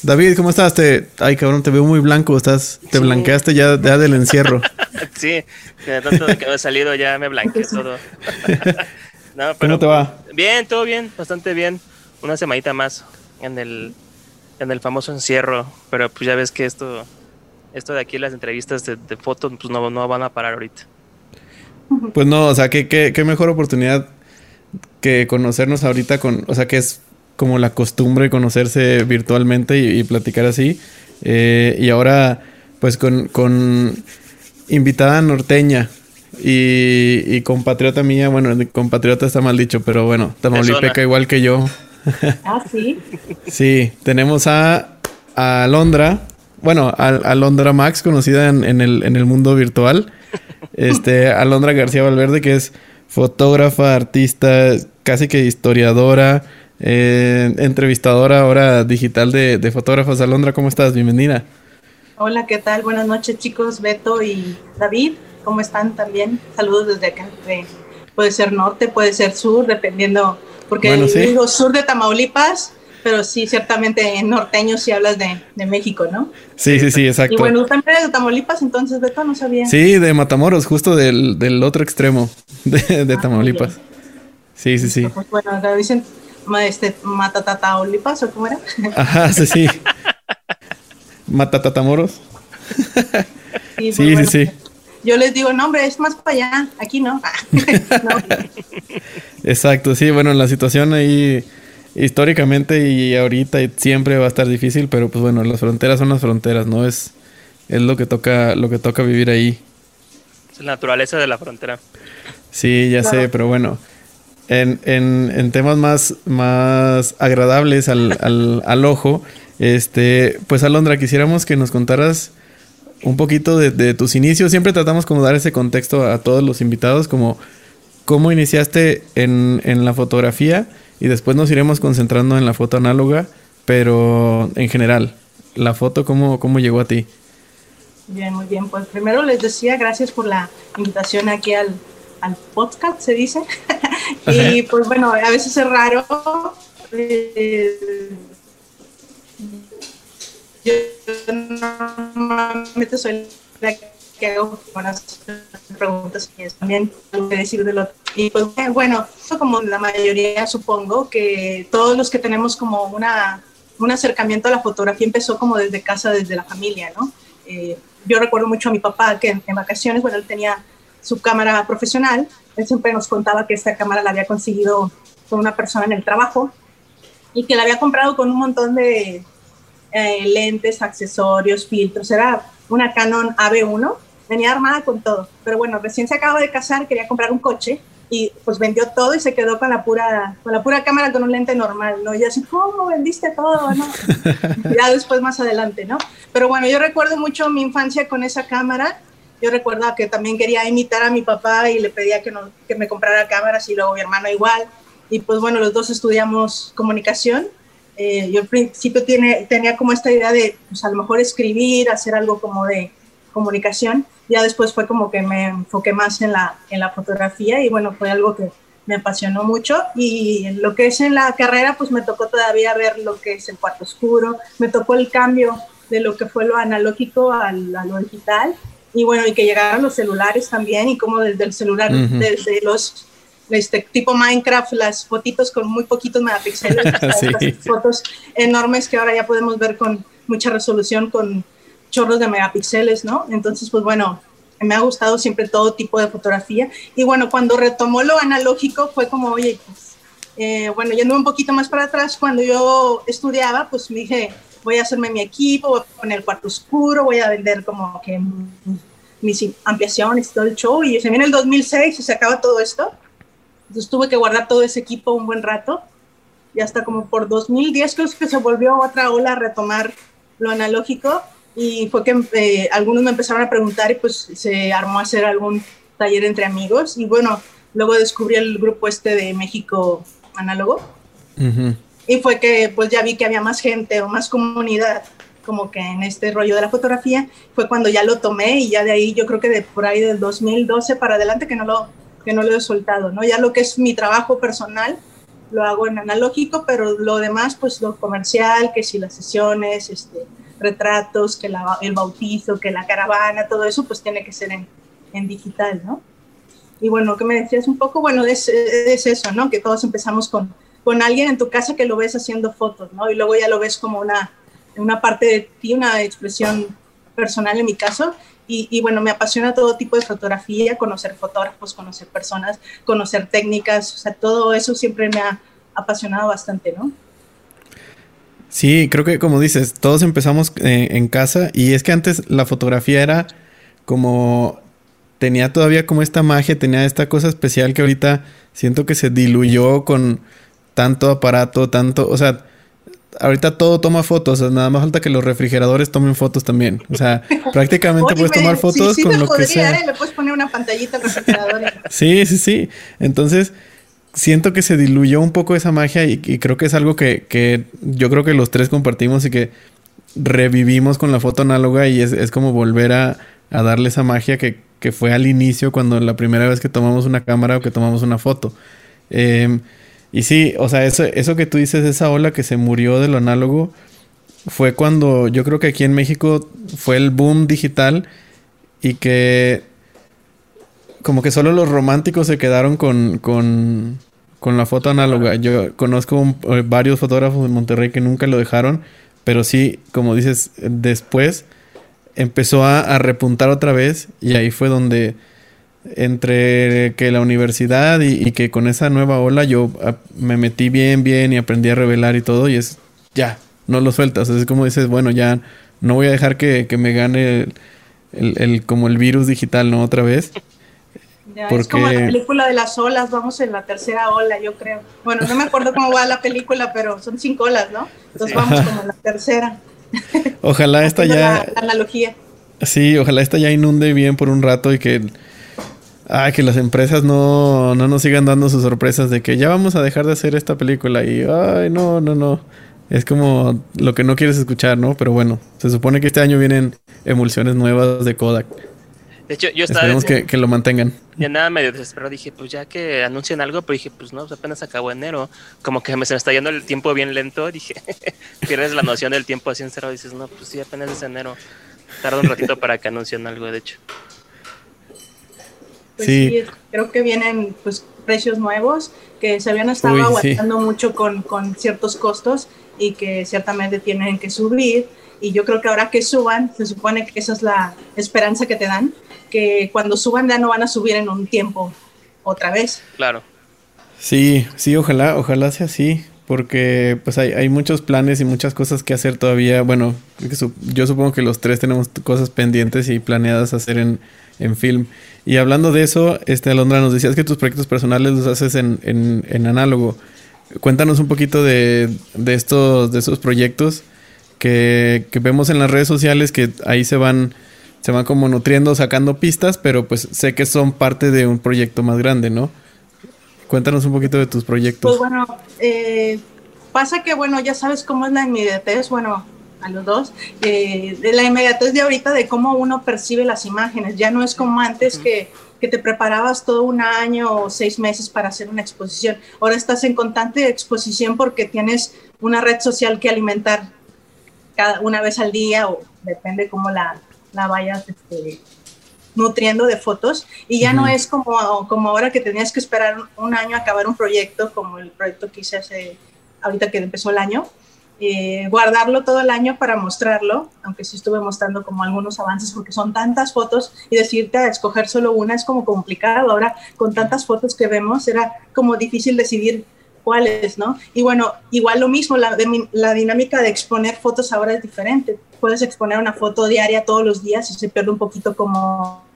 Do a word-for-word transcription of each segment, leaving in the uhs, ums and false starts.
David, ¿cómo estás? Te... Ay, cabrón, te veo muy blanco. Estás... Te sí. blanqueaste ya, ya del encierro. Sí, de tanto que me he salido ya me blanqueé todo. No, pero, ¿cómo te va? Bien, todo bien, bastante bien. Una semanita más en el, en el famoso encierro. Pero pues ya ves que esto, esto de aquí, las entrevistas de, de fotos, pues no, no van a parar ahorita. Pues no, o sea, qué, qué, qué mejor oportunidad que conocernos ahorita con... O sea, que es como la costumbre conocerse virtualmente y, y platicar así. Eh, y ahora, pues con, con invitada norteña y, y compatriota mía. Bueno, compatriota está mal dicho, pero bueno, tamaulipeca igual que yo. Ah, sí. Sí, tenemos a, a Alondra. Bueno, a, a Alondra Max, conocida en, en, el, en el mundo virtual. Este, Alondra García Valverde, que es fotógrafa, artista, casi que historiadora, eh, entrevistadora ahora digital de, de fotógrafos. Alondra, ¿cómo estás? Bienvenida. Hola, ¿qué tal? Buenas noches, chicos. Beto y David, ¿cómo están también? Saludos desde acá. De, puede ser norte, puede ser sur, dependiendo, porque bueno, ¿sí? Digo sur de Tamaulipas, pero sí, ciertamente en norteño si hablas de, de México, ¿no? Sí, sí, sí, exacto. Y bueno, ¿tú también eres de Tamaulipas? Entonces, Beto, no sabía. Sí, de Matamoros, justo del, del otro extremo de, de ah, Tamaulipas. Sí, sí, sí. Pues bueno, acá dicen este, Matatataulipas, ¿o cómo era? Ajá, sí, sí. Matatatamoros. Sí, pues sí, bueno, sí, sí. Yo les digo, no, hombre, es más para allá, aquí no. No. Exacto, sí, bueno, la situación ahí históricamente y ahorita y siempre va a estar difícil, pero pues bueno, las fronteras son las fronteras, ¿no? Es, es lo que toca, lo que toca vivir ahí. Es la naturaleza de la frontera. Sí, ya claro. sé, pero bueno. En, en, en temas más, más agradables al, al, al ojo, este, pues Alondra, quisiéramos que nos contaras un poquito de, de tus inicios. Siempre tratamos como dar ese contexto a todos los invitados, como cómo iniciaste en, en la fotografía y después nos iremos concentrando en la foto análoga, pero en general, la foto, ¿cómo, cómo llegó a ti? Bien, muy bien. Pues primero les decía gracias por la invitación aquí al, al podcast, se dice. Y pues bueno, a veces es raro. Eh, yo normalmente soy la que hago buenas preguntas y también tengo que decir del otro. Y pues bueno, como la mayoría supongo que todos los que tenemos como una, un acercamiento a la fotografía empezó como desde casa, desde la familia, ¿no? Eh, yo recuerdo mucho a mi papá que en, en vacaciones, bueno, él tenía su cámara profesional. Él siempre nos contaba que esta cámara la había conseguido con una persona en el trabajo y que la había comprado con un montón de eh, lentes, accesorios, filtros. Era una Canon A V uno, venía armada con todo. Pero bueno, recién se acaba de casar, quería comprar un coche y pues vendió todo y se quedó con la pura, con la pura cámara con un lente normal, ¿no? Y así, ¿cómo vendiste todo, no? Ya después, más adelante, ¿no? Pero bueno, yo recuerdo mucho mi infancia con esa cámara. Yo recuerdo que también quería imitar a mi papá y le pedía que, no, que me comprara cámaras y luego mi hermano igual. Y pues bueno, los dos estudiamos comunicación. Eh, yo al principio tiene, tenía como esta idea de pues a lo mejor escribir, hacer algo como de comunicación. Ya después fue como que me enfoqué más en la, en la fotografía y bueno, fue algo que me apasionó mucho. Y en lo que es en la carrera, pues me tocó todavía ver lo que es el cuarto oscuro. Me tocó el cambio de lo que fue lo analógico al, a lo digital. Y bueno, y que llegaron los celulares también, y como desde el celular, uh-huh. desde los este, tipo Minecraft, las fotitos con muy poquitos megapíxeles, sí. Estas fotos enormes que ahora ya podemos ver con mucha resolución, con chorros de megapíxeles, ¿no? Entonces, pues bueno, me ha gustado siempre todo tipo de fotografía. Y bueno, cuando retomó lo analógico fue como, oye, pues, eh, bueno, yendo un poquito más para atrás, cuando yo estudiaba, pues me dije, voy a hacerme mi equipo, voy a poner el cuarto oscuro, voy a vender como que mis ampliaciones, todo el show. Y se viene el dos mil seis y se acaba todo esto. Entonces tuve que guardar todo ese equipo un buen rato. Y hasta como por dos mil diez creo que se volvió otra ola a retomar lo analógico. Y fue que eh, algunos me empezaron a preguntar y pues se armó a hacer algún taller entre amigos. Y bueno, luego descubrí el grupo este de México Análogo. Uh-huh. Y fue que pues ya vi que había más gente o más comunidad como que en este rollo de la fotografía. Fue cuando ya lo tomé y ya de ahí yo creo que de por ahí del dos mil doce para adelante que no lo, que no lo he soltado, ¿no? Ya lo que es mi trabajo personal lo hago en analógico, pero lo demás, pues lo comercial, que si las sesiones, este, retratos, que la, el bautizo, que la caravana, todo eso, pues tiene que ser en, en digital, ¿no? Y bueno, ¿qué me decías un poco? Bueno, es, es eso, ¿no? Que todos empezamos con, con alguien en tu casa que lo ves haciendo fotos, ¿no? Y luego ya lo ves como una, una parte de ti, una expresión personal en mi caso. Y, y bueno, me apasiona todo tipo de fotografía, conocer fotógrafos, conocer personas, conocer técnicas, o sea, todo eso siempre me ha apasionado bastante, ¿no? Sí, creo que como dices, todos empezamos eh, en casa, y es que antes la fotografía era como, tenía todavía como esta magia, tenía esta cosa especial que ahorita siento que se diluyó con tanto aparato, tanto, o sea, ahorita todo toma fotos, o sea, nada más falta que los refrigeradores tomen fotos también. O sea, prácticamente Oye, puedes tomar fotos sí, sí con lo podría, que sea. ¿eh? Le puedes poner una pantallita al refrigerador. Sí, sí, sí. Entonces, siento que se diluyó un poco esa magia, y, y creo que es algo que, que yo creo que los tres compartimos y que revivimos con la foto análoga, y es, es como volver a, a darle esa magia que, que fue al inicio, cuando la primera vez que tomamos una cámara o que tomamos una foto. Eh, Y sí, o sea, eso, eso que tú dices, esa ola que se murió de lo análogo, fue cuando yo creo que aquí en México fue el boom digital, y que como que solo los románticos se quedaron con, con, con la foto análoga. Yo conozco un, varios fotógrafos en Monterrey que nunca lo dejaron, pero sí, como dices, después empezó a, a repuntar otra vez, y ahí fue donde... Entre que la universidad y, y que con esa nueva ola yo a, me metí bien, bien y aprendí a revelar y todo, y es ya, no lo sueltas. Es como dices, bueno, ya no voy a dejar que, que me gane el, el, el como el virus digital, ¿no? Otra vez. Ya, porque... es como la película de las olas, vamos en la tercera ola, yo creo. Bueno, no me acuerdo cómo va la película, pero son cinco olas, ¿no? Entonces sí, vamos como en la tercera. Ojalá esta ya... La, la analogía. Sí, ojalá esta ya inunde bien por un rato, y que... Ah, que las empresas no, no nos sigan dando sus sorpresas de que ya vamos a dejar de hacer esta película, y ay, no, no, no. Es como lo que no quieres escuchar, ¿no? Pero bueno, se supone que este año vienen emulsiones nuevas de Kodak. De hecho, yo estaba... Esperemos que, que lo mantengan. Ya nada, medio desesperado. Dije, pues ya que anuncien algo, pero dije, pues no, pues apenas acabó enero. Como que me, se me está yendo el tiempo bien lento. Dije, pierdes la noción del tiempo así encerrado. Dices, no, pues sí, apenas es enero. Tarda un ratito para que anuncien algo, de hecho. Pues sí. sí, creo que vienen pues precios nuevos que se habían estado Uy, aguantando sí. mucho con, con ciertos costos, y que ciertamente tienen que subir, y yo creo que ahora que suban, se supone que esa es la esperanza que te dan, que cuando suban ya no van a subir en un tiempo otra vez. Claro. Sí, sí, ojalá, ojalá sea así, porque pues hay, hay muchos planes y muchas cosas que hacer todavía. Bueno, yo supongo que los tres tenemos cosas pendientes y planeadas hacer en, en film. Y hablando de eso, este, Alondra, nos decías que tus proyectos personales los haces en, en, en análogo. Cuéntanos un poquito de, de estos de esos proyectos que, que vemos en las redes sociales, que ahí se van, se van como nutriendo, sacando pistas, pero pues sé que son parte de un proyecto más grande, ¿no? Cuéntanos un poquito de tus proyectos. Pues bueno, eh, pasa que bueno, ya sabes cómo es la inmediatez, bueno, a los dos, eh, de la inmediatez de ahorita, de cómo uno percibe las imágenes. Ya no es como antes que, que te preparabas todo un año o seis meses para hacer una exposición. Ahora estás en constante exposición porque tienes una red social que alimentar cada una vez al día, o depende cómo la, la vayas este, nutriendo de fotos, y ya uh-huh. no es como, como ahora que tenías que esperar un año a acabar un proyecto, como el proyecto que hice hace, ahorita que empezó el año. Eh, guardarlo todo el año para mostrarlo, aunque sí estuve mostrando como algunos avances, porque son tantas fotos, y decirte a escoger solo una es como complicado. Ahora con tantas fotos que vemos era como difícil decidir cuáles, ¿no? Y bueno, igual lo mismo, la, de, la dinámica de exponer fotos ahora es diferente. Puedes exponer una foto diaria todos los días y se pierde un poquito como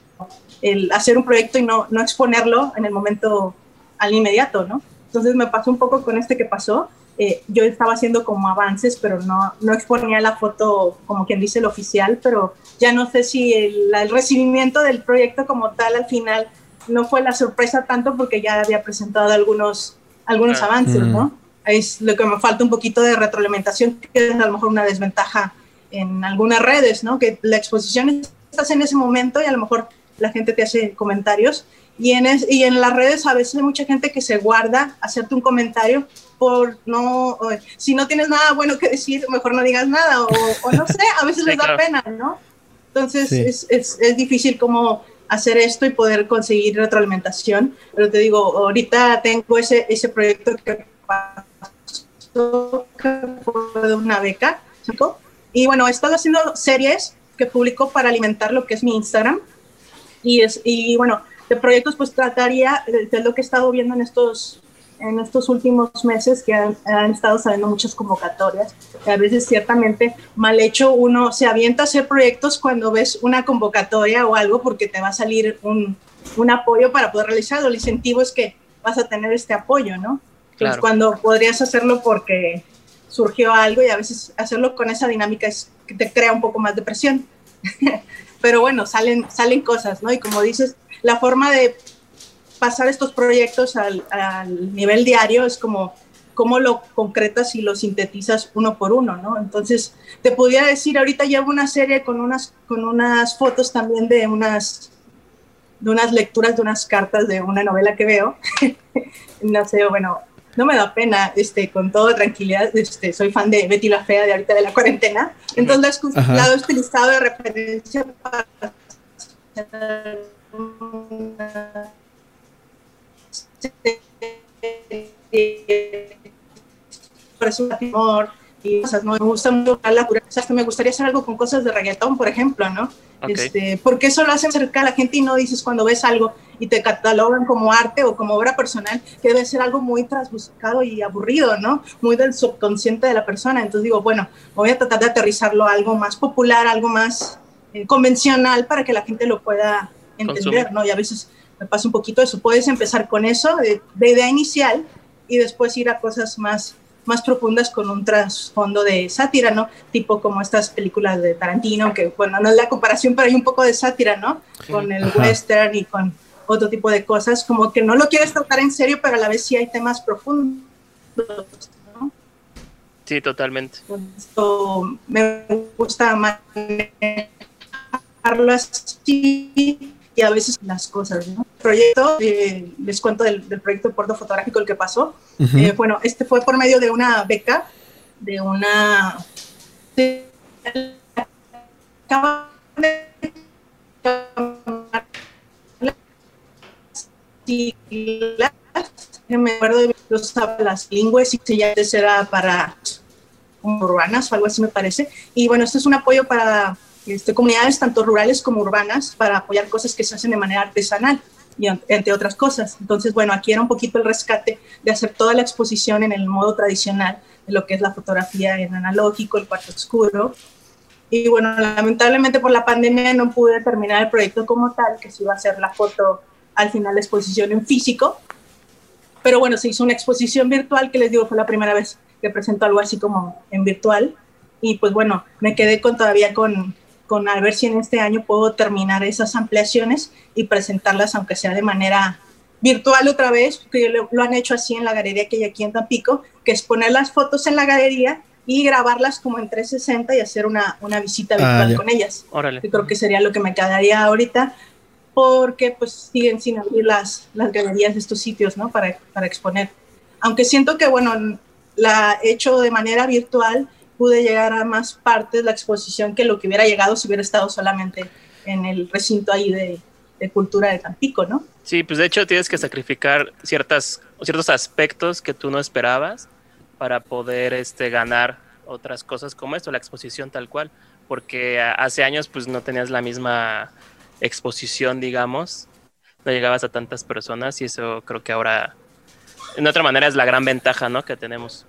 el hacer un proyecto y no, no exponerlo en el momento al inmediato, ¿no? Entonces me pasó un poco con este que pasó. Eh, yo estaba haciendo como avances, pero no, no exponía la foto como quien dice el oficial, pero ya no sé si el, el recibimiento del proyecto como tal al final no fue la sorpresa tanto, porque ya había presentado algunos, algunos ah. avances, mm. ¿no? Es lo que me falta un poquito de retroalimentación, que es a lo mejor una desventaja en algunas redes, ¿no? Que la exposición estás en ese momento y a lo mejor la gente te hace comentarios, Y en, es, y en las redes a veces hay mucha gente que se guarda hacerte un comentario por no, o, si no tienes nada bueno que decir, mejor no digas nada, o, o no sé, a veces sí, les da claro. pena, ¿no? Entonces sí. es, es, es difícil como hacer esto y poder conseguir retroalimentación, pero te digo, ahorita tengo ese, ese proyecto que pasó, que fue de una beca, ¿no? Y bueno, he estado haciendo series que publico para alimentar lo que es mi Instagram, y, es, y bueno, de proyectos pues trataría de, de lo que he estado viendo en estos, en estos últimos meses, que han, han estado saliendo muchas convocatorias, y a veces ciertamente mal hecho uno se avienta a hacer proyectos cuando ves una convocatoria o algo porque te va a salir un, un apoyo para poder realizarlo. El incentivo es que vas a tener este apoyo, ¿no? Claro. Entonces, cuando podrías hacerlo porque surgió algo, y a veces hacerlo con esa dinámica es que te crea un poco más de presión. Pero bueno, salen, salen cosas, ¿no? Y como dices, la forma de pasar estos proyectos al, al nivel diario es como cómo lo concretas y lo sintetizas uno por uno, ¿no? Entonces, te podría decir, ahorita llevo una serie con unas, con unas fotos también de unas, de unas lecturas de unas cartas de una novela que veo. No sé, bueno, no me da pena, este, con toda tranquilidad, este, soy fan de Betty la Fea de ahorita de la cuarentena, entonces uh-huh. la he utilizado de referencia para hacer una amor y cosas, ¿no? Me gusta mucho la cultura, o sea, hasta me gustaría hacer algo con cosas de reggaetón, por ejemplo, ¿no? Okay. Este, porque eso lo hace cerca a la gente y no dices cuando ves algo y te catalogan como arte o como obra personal, que debe ser algo muy trasbuscado y aburrido, ¿no? Muy del subconsciente de la persona. Entonces digo, bueno, voy a tratar de aterrizarlo a algo más popular, algo más eh, convencional para que la gente lo pueda entender, consumir. ¿No? Y a veces me pasa un poquito eso. Puedes empezar con eso, de, de idea inicial, y después ir a cosas más, más profundas con un trasfondo de sátira, ¿no? Tipo como estas películas de Tarantino, que, bueno, no es la comparación, pero hay un poco de sátira, ¿no? Con el Ajá. western y con otro tipo de cosas, como que no lo quieres tratar en serio, pero a la vez sí hay temas profundos, ¿no? Sí, totalmente. Esto me gusta manejarlo así, y a veces las cosas, ¿no? El proyecto, eh, les cuento del, del proyecto de Puerto Fotográfico, el que pasó. Uh-huh. Eh, bueno, este fue por medio de una beca, de una... De, siglas, me acuerdo de los las lingües, y ya era para urbanas o algo así me parece. Y bueno, esto es un apoyo para este, comunidades tanto rurales como urbanas, para apoyar cosas que se hacen de manera artesanal y entre otras cosas. Entonces, bueno, aquí era un poquito el rescate de hacer toda la exposición en el modo tradicional de lo que es la fotografía en analógico, el cuarto oscuro. Y bueno, lamentablemente por la pandemia no pude terminar el proyecto como tal, que se iba a hacer la foto al final la exposición en físico, pero bueno, se hizo una exposición virtual, que les digo, fue la primera vez que presento algo así como en virtual, y pues bueno, me quedé con todavía con, con a ver si en este año puedo terminar esas ampliaciones y presentarlas, aunque sea de manera virtual otra vez, que lo, lo han hecho así en la galería que hay aquí en Tampico, que es poner las fotos en la galería y grabarlas como en trescientos sesenta y hacer una, una visita virtual ah, con ellas. Órale. Yo creo que sería lo que me quedaría ahorita, porque pues siguen sin abrir las, las galerías de estos sitios, ¿no? Para, para exponer. Aunque siento que, bueno, la he hecho de manera virtual, pude llegar a más partes de la exposición que lo que hubiera llegado si hubiera estado solamente en el recinto ahí de, de cultura de Tampico, ¿no? Sí, pues de hecho tienes que sacrificar ciertas, ciertos aspectos que tú no esperabas para poder este, ganar otras cosas como esto, la exposición tal cual, porque hace años pues no tenías la misma exposición, digamos, no llegabas a tantas personas, y eso creo que ahora, en otra manera, es la gran ventaja, ¿no?, que tenemos.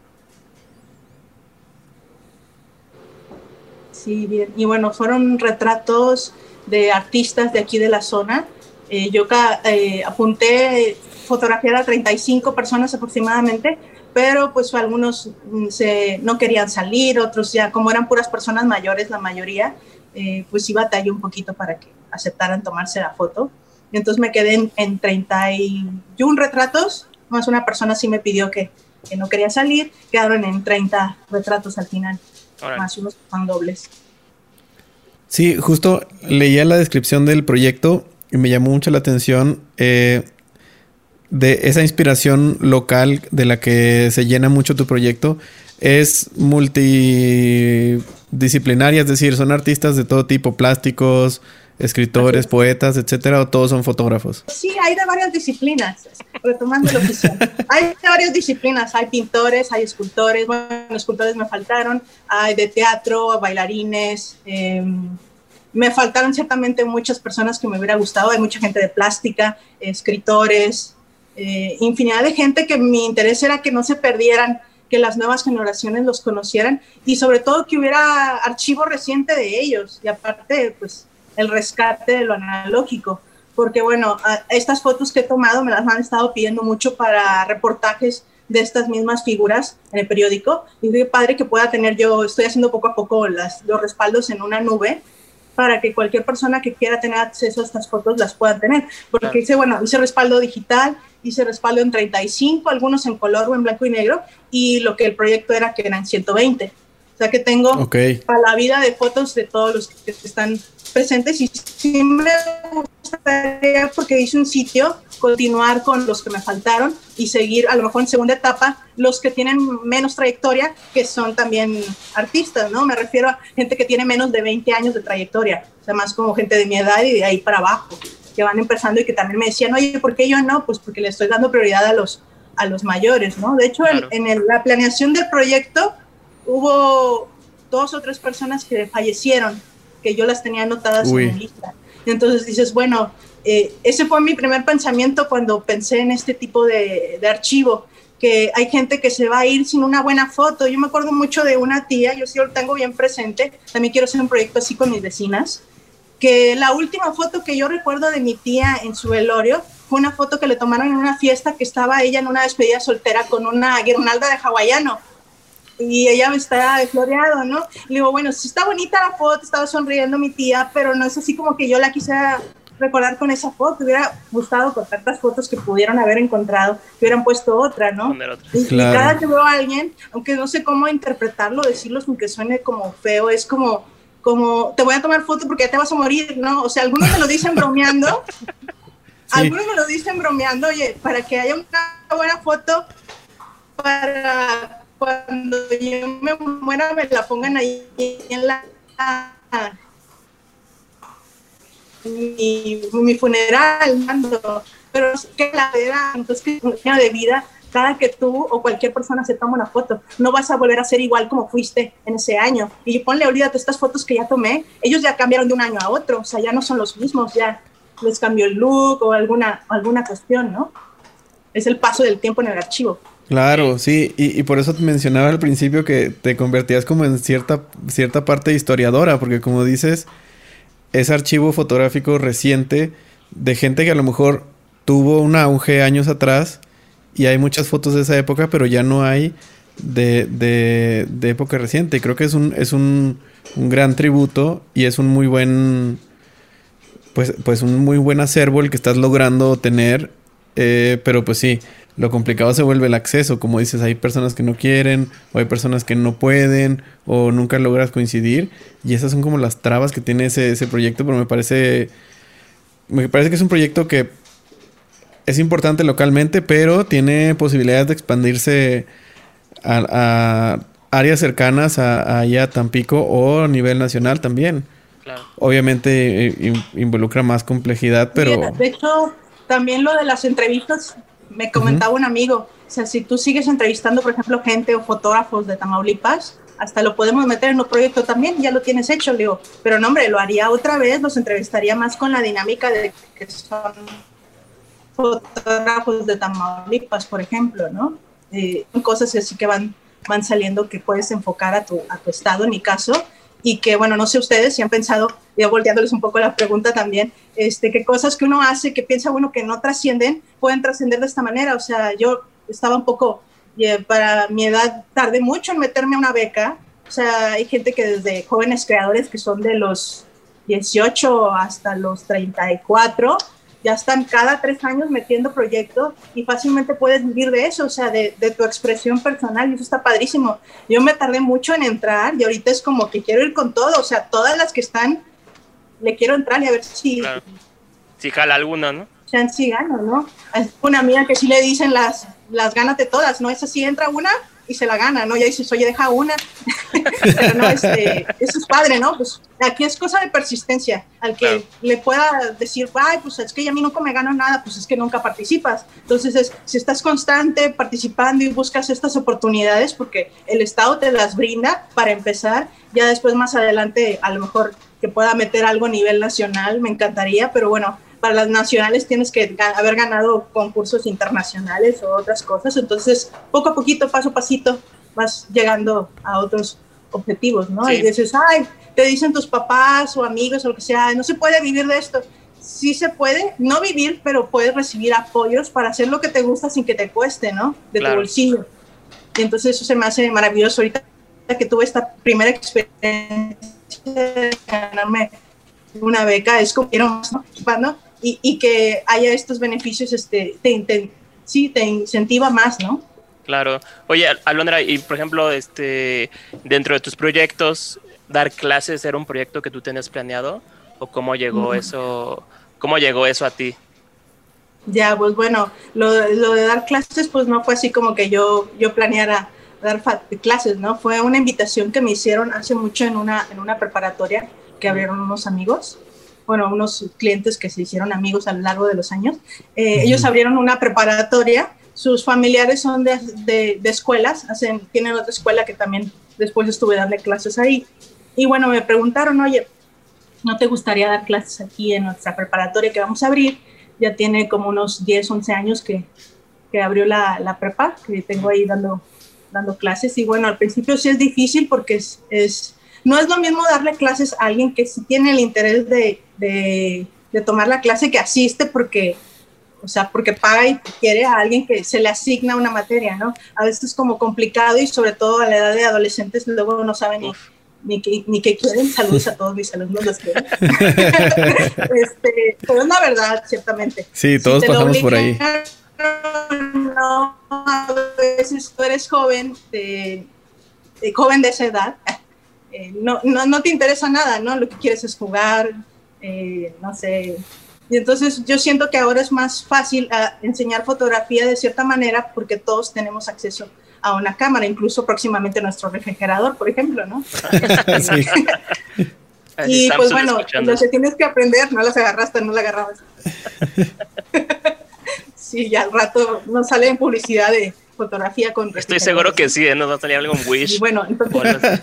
Sí, bien. Y bueno, fueron retratos de artistas de aquí de la zona. Eh, yo eh, apunté fotografiar a treinta y cinco personas aproximadamente, pero pues algunos se, no querían salir, otros ya, como eran puras personas mayores, la mayoría, eh, pues sí batallé un poquito para que aceptaran tomarse la foto. Y entonces me quedé en, en treinta y uno retratos, más una persona sí me pidió que, que no quería salir, quedaron en treinta retratos al final, Ahora. más unos que son dobles. Sí, justo leía la descripción del proyecto y me llamó mucho la atención eh, de esa inspiración local de la que se llena mucho tu proyecto. Es multidisciplinaria, es decir, son artistas de todo tipo, plásticos, escritores, poetas, etcétera, o todos son fotógrafos. Sí, hay de varias disciplinas, retomando lo que sea. Hay de varias disciplinas, hay pintores, hay escultores, bueno, escultores me faltaron, hay de teatro, bailarines, eh, me faltaron ciertamente muchas personas que me hubiera gustado, hay mucha gente de plástica, escritores, eh, infinidad de gente que mi interés era que no se perdieran, que las nuevas generaciones los conocieran y sobre todo que hubiera archivo reciente de ellos y aparte pues el rescate de lo analógico, porque bueno, estas fotos que he tomado me las han estado pidiendo mucho para reportajes de estas mismas figuras en el periódico y qué padre que pueda tener yo, estoy haciendo poco a poco las, los respaldos en una nube para que cualquier persona que quiera tener acceso a estas fotos las pueda tener, porque claro. hice, bueno, hice respaldo digital, hice respaldo en treinta y cinco, algunos en color o en blanco y negro, y lo que el proyecto era que eran ciento veinte. O sea que tengo okay. para la vida de fotos de todos los que están presentes y sí me gustaría, porque hice un sitio, continuar con los que me faltaron y seguir a lo mejor en segunda etapa los que tienen menos trayectoria, que son también artistas, ¿no? Me refiero a gente que tiene menos de veinte años de trayectoria, o sea, más como gente de mi edad y de ahí para abajo, que van empezando y que también me decían, oye, ¿por qué yo no? Pues porque le estoy dando prioridad a los, a los mayores, ¿no? De hecho, claro. en, en el, la planeación del proyecto hubo dos o tres personas que fallecieron, que yo las tenía anotadas Uy. en mi lista. Y entonces dices, bueno, eh, ese fue mi primer pensamiento cuando pensé en este tipo de, de archivo, que hay gente que se va a ir sin una buena foto. Yo me acuerdo mucho de una tía, yo sí lo tengo bien presente, también quiero hacer un proyecto así con mis vecinas, que la última foto que yo recuerdo de mi tía en su velorio fue una foto que le tomaron en una fiesta que estaba ella en una despedida soltera con una guirnalda de hawaiano. Y ella me está floreado, ¿no? Le digo, bueno, sí está bonita la foto, estaba sonriendo mi tía, pero no es así como que yo la quisiera recordar con esa foto. Hubiera gustado con tantas fotos que pudieron haber encontrado, que hubieran puesto otra, ¿no? Otra. Y, claro. y cada que veo a alguien, aunque no sé cómo interpretarlo, decirlo sin que suene como feo, es como, como, te voy a tomar foto porque ya te vas a morir, ¿no? O sea, algunos me lo dicen bromeando, sí. algunos me lo dicen bromeando, oye, para que haya una buena foto, para... cuando yo me muera me la pongan ahí en la mi, mi funeral, mando. Pero es que la verdad, entonces que un año de vida, cada que tú o cualquier persona se toma una foto, no vas a volver a ser igual como fuiste en ese año. Y ponle, olvídate, estas fotos que ya tomé, ellos ya cambiaron de un año a otro, o sea, ya no son los mismos, ya les cambió el look o alguna, alguna cuestión, ¿no? Es el paso del tiempo en el archivo. Claro, sí, y, y por eso te mencionaba al principio que te convertías como en cierta, cierta parte historiadora, porque como dices, es archivo fotográfico reciente de gente que a lo mejor tuvo un auge años atrás y hay muchas fotos de esa época, pero ya no hay de, de, de época reciente. Creo que es un, es un, un gran tributo y es un muy buen, pues, pues un muy buen acervo el que estás logrando tener, eh, pero pues sí. Lo complicado se vuelve el acceso, como dices, hay personas que no quieren, o hay personas que no pueden, o nunca logras coincidir, y esas son como las trabas que tiene ese, ese proyecto, pero me parece, me parece que es un proyecto que es importante localmente, pero tiene posibilidades de expandirse a, a áreas cercanas a, a allá a Tampico o a nivel nacional también. Claro. Obviamente eh, involucra más complejidad, pero... Sí, de hecho, también lo de las entrevistas... Me comentaba uh-huh. un amigo, o sea, si tú sigues entrevistando, por ejemplo, gente o fotógrafos de Tamaulipas, hasta lo podemos meter en un proyecto también, ya lo tienes hecho, le digo, pero no, hombre, lo haría otra vez, los entrevistaría más con la dinámica de que son fotógrafos de Tamaulipas, por ejemplo, ¿no? Eh, cosas así que van, van saliendo que puedes enfocar a tu, a tu estado, en mi caso, y que, bueno, no sé ustedes si han pensado, ya volteándoles un poco la pregunta también, este, qué cosas que uno hace, que piensa uno que no trascienden, pueden trascender de esta manera. O sea, yo estaba un poco, eh, para mi edad, tardé mucho en meterme a una beca. O sea, hay gente que desde jóvenes creadores que son de los dieciocho hasta los treinta y cuatro, ya están cada tres años metiendo proyectos y fácilmente puedes vivir de eso, o sea, de, de tu expresión personal, y eso está padrísimo. Yo me tardé mucho en entrar y ahorita es como que quiero ir con todo, o sea, todas las que están, le quiero entrar y a ver si, claro. Sí, jala alguno, ¿no? Chance y gano, ¿no? Hay una amiga que sí le dicen las, las gánate todas, ¿no? Esa sí entra una y se la gana, ¿no? Ya dices, oye, deja una. Pero no, este, eso es padre, ¿no? Pues aquí es cosa de persistencia. Al que claro. le pueda decir, ay, pues es que ya a mí nunca me gano nada, pues es que nunca participas. Entonces, es, si estás constante participando y buscas estas oportunidades, porque el Estado te las brinda para empezar, ya después más adelante a lo mejor que pueda meter algo a nivel nacional, me encantaría, pero bueno, para las nacionales tienes que haber ganado concursos internacionales o otras cosas, entonces poco a poquito, paso a pasito, vas llegando a otros objetivos, ¿no? Sí. Y dices, ay, te dicen tus papás o amigos o lo que sea, no se puede vivir de esto. Sí se puede, no vivir, pero puedes recibir apoyos para hacer lo que te gusta sin que te cueste, ¿no? De claro. tu bolsillo. Y entonces eso se me hace maravilloso. Ahorita que tuve esta primera experiencia de ganarme una beca, es como, ¿no? Y, y que haya estos beneficios, este, te, te, sí, te incentiva más, ¿no? Claro. Oye, Alondra, y por ejemplo, este, dentro de tus proyectos, ¿dar clases era un proyecto que tú tenías planeado? ¿O cómo llegó, mm. eso, cómo llegó eso a ti? Ya, pues bueno, lo, lo de dar clases, pues no fue así como que yo, yo planeara dar clases, ¿no? Fue una invitación que me hicieron hace mucho en una, en una preparatoria que abrieron unos amigos. Bueno, unos clientes que se hicieron amigos a lo largo de los años. Eh, uh-huh. Ellos abrieron una preparatoria, sus familiares son de, de, de escuelas, hacen, tienen otra escuela que también después estuve dando clases ahí. Y bueno, me preguntaron, oye, ¿no te gustaría dar clases aquí en nuestra preparatoria que vamos a abrir? Ya tiene como unos diez, once años que, que abrió la, la prepa, que tengo ahí dando, dando clases. Y bueno, al principio sí es difícil porque es... es no es lo mismo darle clases a alguien que sí tiene el interés de, de, de tomar la clase, que asiste porque, o sea, porque paga y quiere, a alguien que se le asigna una materia, ¿no? A veces es como complicado y sobre todo a la edad de adolescentes luego no saben ni, ni, qué, ni qué quieren. Saludos a todos mis alumnos, los quiero. este, pero es la verdad, ciertamente. Sí, todos si pasamos por ahí. No, a veces tú eres joven, de, de joven de esa edad, Eh, no, no, no te interesa nada, ¿no? Lo que quieres es jugar, eh, no sé. Y entonces yo siento que ahora es más fácil uh, enseñar fotografía de cierta manera porque todos tenemos acceso a una cámara, incluso próximamente nuestro refrigerador, por ejemplo, ¿no? Sí. Y pues bueno, lo que tienes que aprender, no las agarraste, no la agarrabas. Sí, ya al rato nos sale en publicidad de fotografía con... Estoy seguro que sí, ¿eh? Nos va a salir algo en Wish. Y bueno, entonces...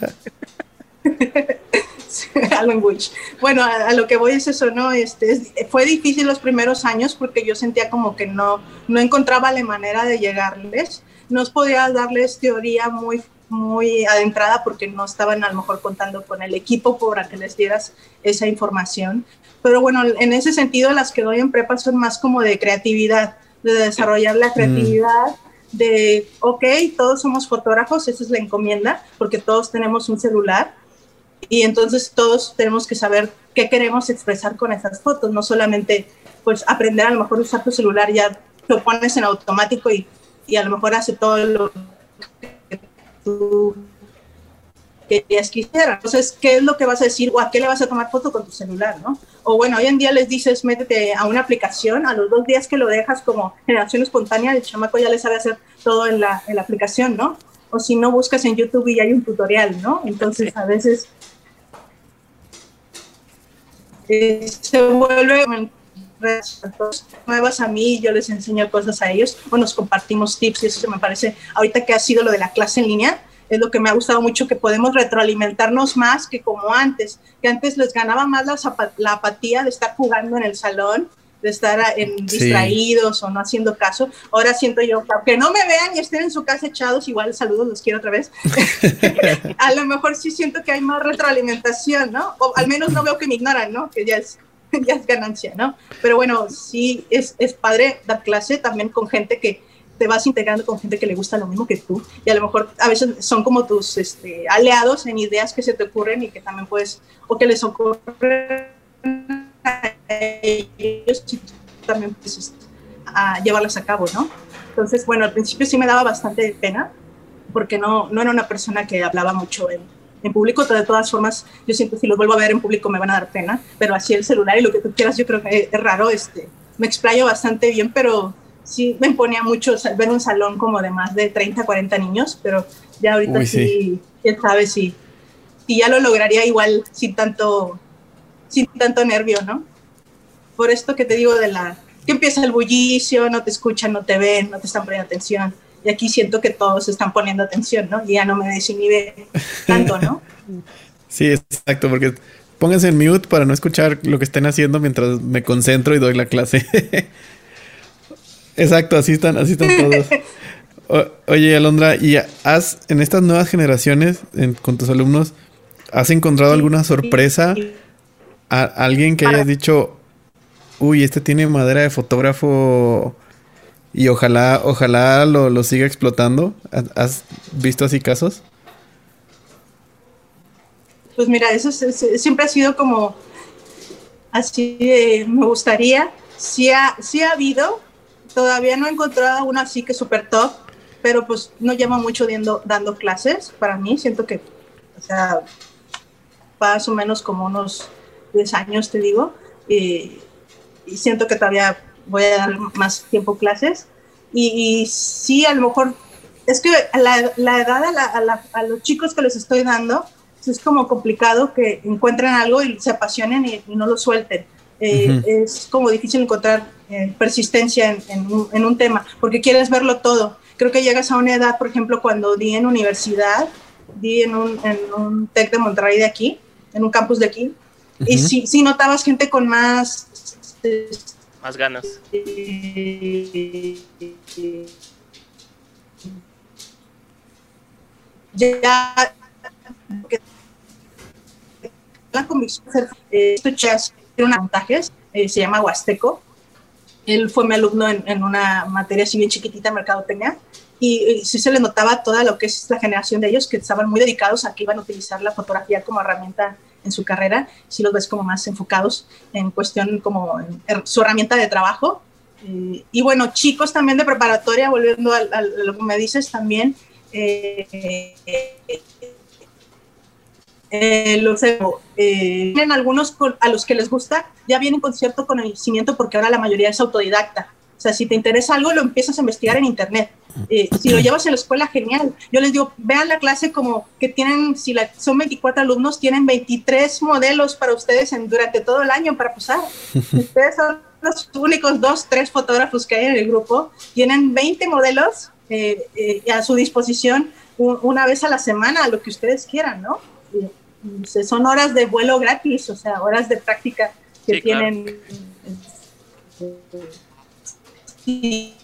Alan Wish. Bueno, a, a lo que voy es eso, ¿no? Este, es, fue difícil los primeros años porque yo sentía como que no, no encontraba la manera de llegarles. No podía darles teoría muy, muy adentrada porque no estaban a lo mejor contando con el equipo para que les dieras esa información. Pero bueno, en ese sentido las que doy en prepa son más como de creatividad, de desarrollar la creatividad. Mm. De, ok, todos somos fotógrafos, esa es la encomienda, porque todos tenemos un celular. Y entonces todos tenemos que saber qué queremos expresar con esas fotos, no solamente pues aprender a lo mejor usar tu celular, ya lo pones en automático y, y a lo mejor hace todo lo que tú querías que hiciera. Entonces, ¿qué es lo que vas a decir o a qué le vas a tomar foto con tu celular, no? O bueno, hoy en día les dices, métete a una aplicación, a los dos días que lo dejas como generación espontánea, el chamaco ya le sabe hacer todo en la, en la aplicación, ¿no? O si no, buscas en YouTube y hay un tutorial, ¿no? Entonces, a veces... Eh, se vuelve nuevas a mí, yo les enseño cosas a ellos o nos compartimos tips y eso me parece, ahorita que ha sido lo de la clase en línea, es lo que me ha gustado mucho, que podemos retroalimentarnos más que como antes, que antes les ganaba más la, la apatía de estar jugando en el salón, de estar en, distraídos sí. o no haciendo caso. Ahora siento yo, aunque no me vean y estén en su casa echados, igual saludos, los quiero otra vez. A lo mejor sí siento que hay más retroalimentación, ¿no? O al menos no veo que me ignoran, ¿no? Que ya es, ya es ganancia, ¿no? Pero bueno, sí es, es padre dar clase también con gente que te vas integrando con gente que le gusta lo mismo que tú y a lo mejor a veces son como tus este, aliados en ideas que se te ocurren y que también puedes, o que les ocurren a ellos y también pues, a llevarlas a cabo, ¿no? Entonces, bueno, al principio sí me daba bastante pena porque no, no era una persona que hablaba mucho en, en público. De todas formas, yo siento que si los vuelvo a ver en público me van a dar pena, pero así el celular y lo que tú quieras, yo creo que es raro. Este, me explayo bastante bien, pero sí me imponía mucho ver un salón como de más de treinta, cuarenta niños, pero ya ahorita Uy, sí, sí, quién sabe si, si ya lo lograría igual sin tanto, sin tanto nervio, ¿no? Por esto que te digo de la, que empieza el bullicio, no te escuchan, no te ven, no te están poniendo atención. Y aquí siento que todos están poniendo atención, ¿no? Y ya no me desinhibe tanto, ¿no? Sí, exacto, porque pónganse en mute para no escuchar lo que estén haciendo mientras me concentro y doy la clase. Exacto, así están, así están todos. O, oye, Alondra, ¿y has, en estas nuevas generaciones, en, con tus alumnos, has encontrado alguna sorpresa? ¿A alguien que hayas dicho, uy, este tiene madera de fotógrafo y ojalá, ojalá lo, lo siga explotando? ¿Has visto así casos? Pues mira, eso es, es, siempre ha sido como así, eh, me gustaría, sí ha, sí ha habido, todavía no he encontrado una así que súper top, pero pues no llevo mucho dando, dando clases para mí, siento que, o sea, más o menos como unos diez años, te digo, y, y siento que todavía voy a dar más tiempo clases, y, y sí, a lo mejor, es que la, la edad a, la, a, la, a los chicos que les estoy dando, es como complicado que encuentren algo y se apasionen y, y no lo suelten. Eh, uh-huh. Es como difícil encontrar eh, persistencia en, en, un, en un tema, porque quieres verlo todo. Creo que llegas a una edad, por ejemplo, cuando di en universidad, di en un, en un TEC de Monterrey de aquí, en un campus de aquí, uh-huh. y sí, sí notabas gente con más... Eh, más ganas. Eh, ya... Que, la convicción de hacer eh, unos montajes, eh, se llama Huasteco. Él fue mi alumno en, en una materia así bien chiquitita, mercadotecnia, y, y sí se le notaba toda lo que es la generación de ellos, que estaban muy dedicados a que iban a utilizar la fotografía como herramienta en su carrera. Sí los ves como más enfocados en cuestión como en, en su herramienta de trabajo. Eh, y bueno, chicos también de preparatoria, volviendo a, a lo que me dices también, eh, eh, Eh, los, eh, tienen algunos con, a los que les gusta, ya vienen con cierto conocimiento porque ahora la mayoría es autodidacta. O sea, si te interesa algo, lo empiezas a investigar en internet. Eh, si lo llevas en la escuela, genial. Yo les digo, vean la clase como que tienen, si la, son veinticuatro alumnos, tienen veintitrés modelos para ustedes en, durante todo el año para posar. Ustedes son los únicos dos, tres fotógrafos que hay en el grupo. Tienen veinte modelos eh, eh, a su disposición un, una vez a la semana, a lo que ustedes quieran, ¿no? Eh, son horas de vuelo gratis, o sea, horas de práctica que sí, tienen. Claro. Y,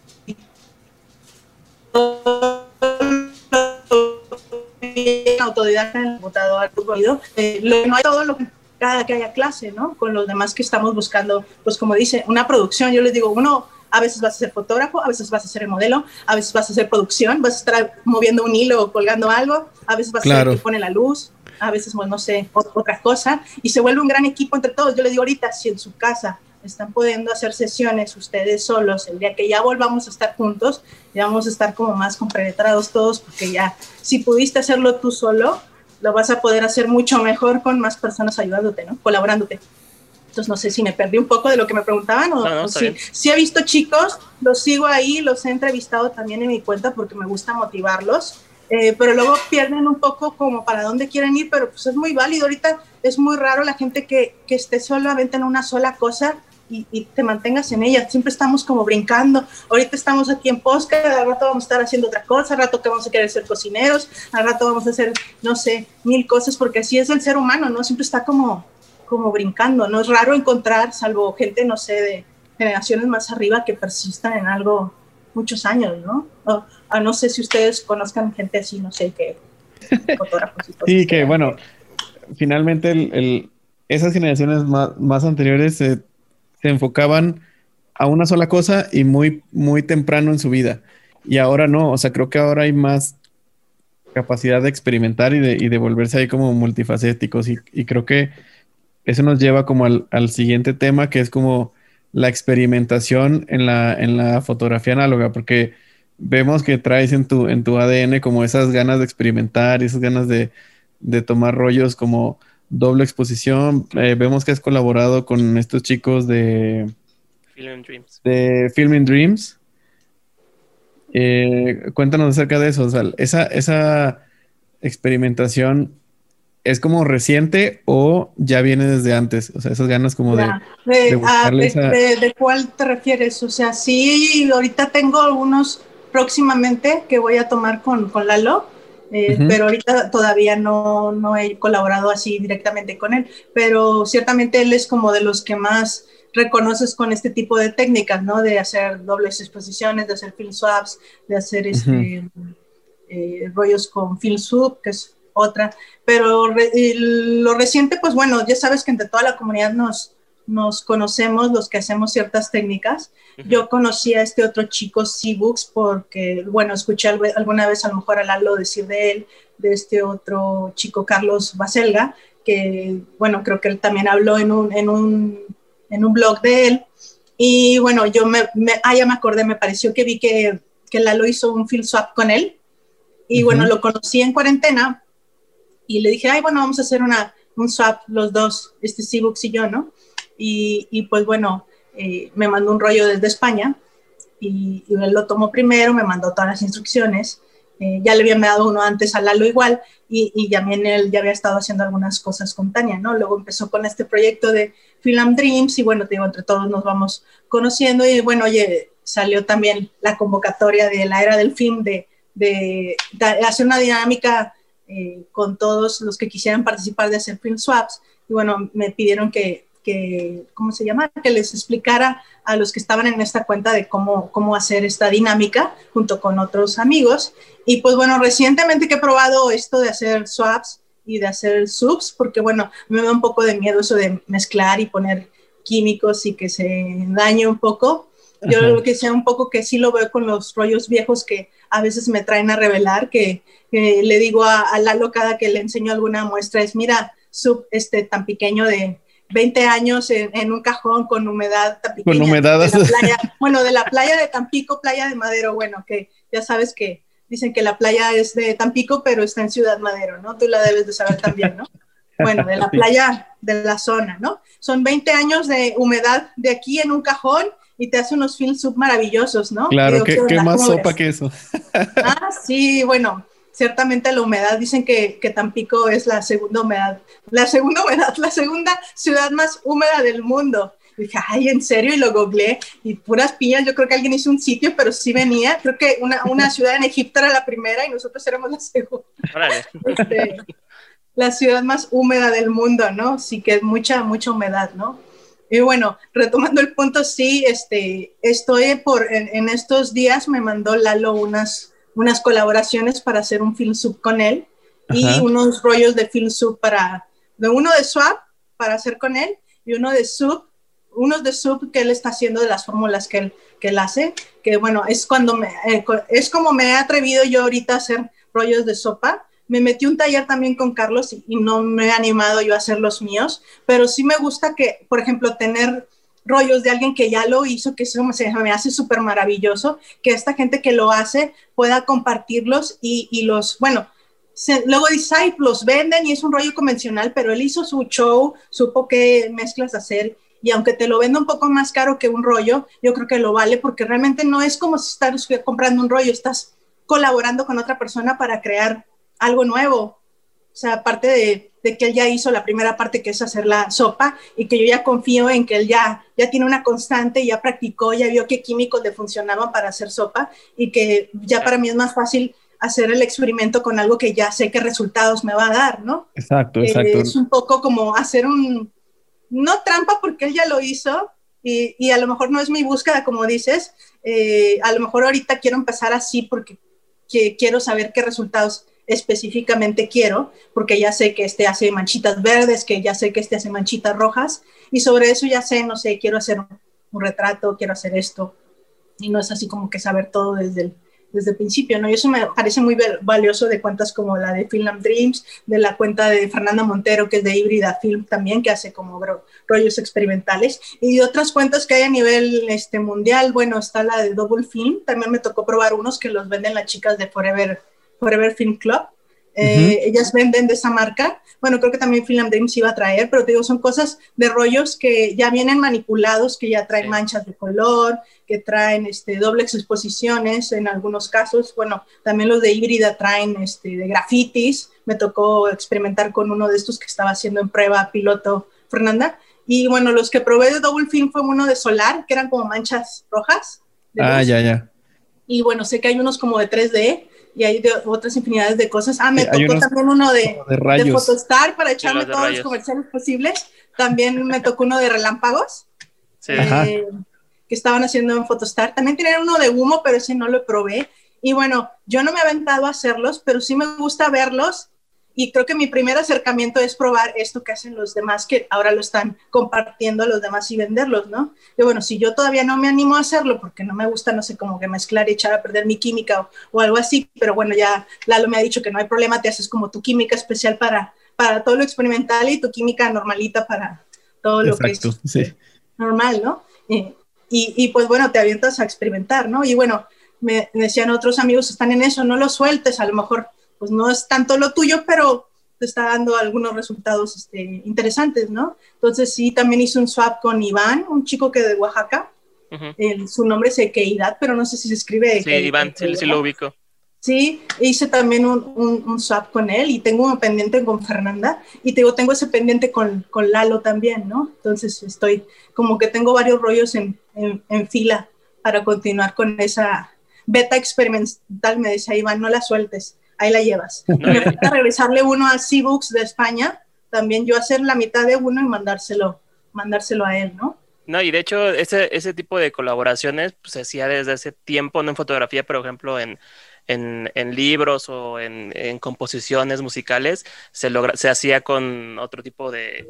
autodidacta en el computador, eh, lo, no hay todo lo que cada que haya clase, ¿no? Con los demás que estamos buscando, pues como dice, una producción. Yo les digo, uno, a veces vas a ser fotógrafo, a veces vas a ser el modelo, a veces vas a hacer producción, vas a estar moviendo un hilo o colgando algo, a veces vas claro. a ser el que pone la luz, a veces, bueno, no sé, otra cosa, y se vuelve un gran equipo entre todos. Yo les digo ahorita, si en su casa están pudiendo hacer sesiones ustedes solos, el día que ya volvamos a estar juntos, ya vamos a estar como más compenetrados todos, porque ya, si pudiste hacerlo tú solo, lo vas a poder hacer mucho mejor con más personas ayudándote, ¿no? Colaborándote. Entonces, no sé si me perdí un poco de lo que me preguntaban o, no, no, o sí. Sí he visto chicos, los sigo ahí, los he entrevistado también en mi cuenta porque me gusta motivarlos. Eh, pero luego pierden un poco como para dónde quieren ir, pero pues es muy válido. Ahorita es muy raro la gente que, que esté solamente en una sola cosa y, y te mantengas en ella. Siempre estamos como brincando. Ahorita estamos aquí en podcast, al rato vamos a estar haciendo otra cosa, al rato que vamos a querer ser cocineros, al rato vamos a hacer, no sé, mil cosas, porque así es el ser humano, ¿no? Siempre está como, como brincando. No es raro encontrar, salvo gente, no sé, de generaciones más arriba que persistan en algo muchos años, ¿no? O, o no sé si ustedes conozcan gente así, no sé, que fotógrafos y cosas. Sí, que bueno, finalmente el, el, esas generaciones más, más anteriores se, se enfocaban a una sola cosa y muy, muy temprano en su vida. Y ahora no, o sea, creo que ahora hay más capacidad de experimentar y de, y de volverse ahí como multifacéticos. Y, y creo que eso nos lleva como al, al siguiente tema, que es como la experimentación en la, en la fotografía análoga, porque vemos que traes en tu, en tu A D N como esas ganas de experimentar, esas ganas de, de tomar rollos como doble exposición. Eh, vemos que has colaborado con estos chicos de, Film Dreams. de Filming Dreams. Eh, cuéntanos acerca de eso. O sea, esa, esa experimentación ¿es como reciente o ya viene desde antes? O sea, esas ganas como de, Ya. De, de ah, buscarle de, esa... de- ¿de cuál te refieres? O sea, sí, ahorita tengo algunos próximamente que voy a tomar con, con Lalo, eh, Ujú, pero ahorita todavía no, no he colaborado así directamente con él, pero ciertamente él es como de los que más reconoces con este tipo de técnicas, ¿no? De hacer dobles exposiciones, de hacer film swaps, de hacer ujú. este, eh, rollos con film soup, que es otra. Pero re, lo reciente, pues bueno, ya sabes que entre toda la comunidad nos, nos conocemos los que hacemos ciertas técnicas. Uh-huh. Yo conocí a este otro chico, C-Books, porque, bueno, escuché alguna vez a lo mejor a Lalo decir de él, de este otro chico, Carlos Baselga, que, bueno, creo que él también habló en un, en un, en un blog de él. Y bueno, yo me, me, ah, ya me acordé, me pareció que vi que, que Lalo hizo un film swap con él. Y uh-huh. bueno, lo conocí en cuarentena y le dije, ay, bueno, vamos a hacer una, un swap los dos, este C-Books y yo, ¿no? Y, y pues bueno, eh, me mandó un rollo desde España y, y él lo tomó primero, me mandó todas las instrucciones. Eh, ya le había dado uno antes a Lalo igual y, y también él ya había estado haciendo algunas cosas con Tania, ¿no? Luego empezó con este proyecto de Film Dreams y bueno, te digo, entre todos nos vamos conociendo y bueno, oye, salió también la convocatoria de la era del film de, de, de hacer una dinámica eh, con todos los que quisieran participar de hacer film swaps y bueno, me pidieron que, que ¿cómo se llama? Que les explicara a los que estaban en esta cuenta de cómo, cómo hacer esta dinámica junto con otros amigos. Y pues bueno, recientemente que he probado esto de hacer swaps y de hacer subs, porque bueno, me da un poco de miedo eso de mezclar y poner químicos y que se dañe un poco. Yo lo que sé un poco que sí lo veo con los rollos viejos que a veces me traen a revelar, que, que le digo a, a Lalo cada que le enseño alguna muestra es, mira, sub este tan pequeño de veinte años en, en un cajón con humedad tan pequeña. Con humedad. De la playa, bueno, de la playa de Tampico, playa de Madero, bueno, que ya sabes que dicen que la playa es de Tampico, pero está en Ciudad Madero, ¿no? Tú la debes de saber también, ¿no? Bueno, de la playa, de la zona, ¿no? Son veinte años de humedad de aquí en un cajón y te hace unos film sub maravillosos, ¿no? Claro, ¿qué, ¿qué más sopa que eso? Ah, sí, bueno, ciertamente la humedad, dicen que, que Tampico es la segunda humedad, la segunda humedad, la segunda ciudad más húmeda del mundo. Y dije, ay, ¿en serio? Y lo googleé y puras piñas, yo creo que alguien hizo un sitio, pero sí venía, creo que una, una ciudad en Egipto era la primera y nosotros éramos la segunda. Este, la ciudad más húmeda del mundo, ¿no? Sí que es mucha, mucha humedad, ¿no? Y bueno, retomando el punto, sí, este, estoy por, en, en estos días me mandó Lalo unas, unas colaboraciones para hacer un film sub con él. Ajá. Y unos rollos de film sub para, de uno de swap para hacer con él y uno de sub, unos de sub que él está haciendo de las fórmulas que él, que él hace, que bueno, es cuando me, eh, es como me he atrevido yo ahorita a hacer rollos de sopa. Me metí un taller también con Carlos y, y no me he animado yo a hacer los míos, pero sí me gusta que, por ejemplo, tener rollos de alguien que ya lo hizo, que eso se me hace súper maravilloso, que esta gente que lo hace pueda compartirlos y, y los, bueno, se, luego dice, ay, los venden y es un rollo convencional, pero él hizo su show, supo qué mezclas hacer y aunque te lo venda un poco más caro que un rollo, yo creo que lo vale porque realmente no es como si estás comprando un rollo, estás colaborando con otra persona para crear algo nuevo, o sea, aparte de, de que él ya hizo la primera parte que es hacer la sopa y que yo ya confío en que él ya, ya tiene una constante, ya practicó, ya vio qué químicos le funcionaban para hacer sopa y que ya para mí es más fácil hacer el experimento con algo que ya sé qué resultados me va a dar, ¿no? Exacto, exacto. Eh, es un poco como hacer un, no trampa porque él ya lo hizo y, y a lo mejor no es mi búsqueda como dices, eh, a lo mejor ahorita quiero empezar así porque que, quiero saber qué resultados específicamente quiero, porque ya sé que este hace manchitas verdes, que ya sé que este hace manchitas rojas, y sobre eso ya sé, no sé, quiero hacer un, un retrato, quiero hacer esto, y no es así como que saber todo desde el, desde el principio, ¿no? Y eso me parece muy valioso de cuentas como la de Film Dreams, de la cuenta de Fernanda Montero, que es de Híbrida Film también, que hace como ro rollos experimentales, y de otras cuentas que hay a nivel este, mundial, bueno, está la de Double Film, también me tocó probar unos que los venden las chicas de Forever Forever Film Club, Eh, uh-huh. Ellas venden de esa marca. Bueno, creo que también Film Dreams iba a traer, pero te digo, son cosas de rollos que ya vienen manipulados, que ya traen sí. manchas de color, que traen este, dobles exposiciones en algunos casos. Bueno, también los de híbrida traen este, de grafitis. Me tocó experimentar con uno de estos que estaba haciendo en prueba piloto Fernanda. Y bueno, los que probé de Double Film fue uno de solar, que eran como manchas rojas. Ah, ya, ya. Y bueno, sé que hay unos como de tres D y hay de otras infinidades de cosas. Ah, me sí, tocó también uno de, de, de Photostar para echarme sí, todos rayos. Los comerciales posibles. También me tocó uno de relámpagos sí. eh, que estaban haciendo en Photostar. También tenían uno de humo, pero ese no lo probé. Y bueno, yo no me he aventado a hacerlos, pero sí me gusta verlos. Y creo que mi primer acercamiento es probar esto que hacen los demás, que ahora lo están compartiendo a los demás y venderlos, ¿no? Y bueno, si yo todavía no me animo a hacerlo porque no me gusta, no sé, como que mezclar y echar a perder mi química o, o algo así, pero bueno, ya Lalo me ha dicho que no hay problema, te haces como tu química especial para, para todo lo experimental y tu química normalita para todo lo Exacto, que es sí. normal, ¿no? Y, y, y pues bueno, te avientas a experimentar, ¿no? Y bueno, me, me decían otros amigos, están en eso, no lo sueltes, a lo mejor pues no es tanto lo tuyo, pero te está dando algunos resultados este, interesantes, ¿no? Entonces sí, también hice un swap con Iván, un chico que de Oaxaca, uh-huh. El, su nombre es Ekeidad, pero no sé si se escribe. Sí, Iván, sí, sí lo ubico. Sí, hice también un, un, un swap con él y tengo un pendiente con Fernanda y te digo, tengo ese pendiente con, con Lalo también, ¿no? Entonces estoy, como que tengo varios rollos en, en, en fila para continuar con esa beta experimental, me decía Iván, no la sueltes. Ahí la llevas. Y me falta regresarle uno a C-Books de España, también yo hacer la mitad de uno y mandárselo, mandárselo a él, ¿no? No, y de hecho ese, ese tipo de colaboraciones pues, se hacía desde hace tiempo, no en fotografía, pero por ejemplo en, en, en libros o en, en composiciones musicales, se, logra, se hacía con otro tipo de,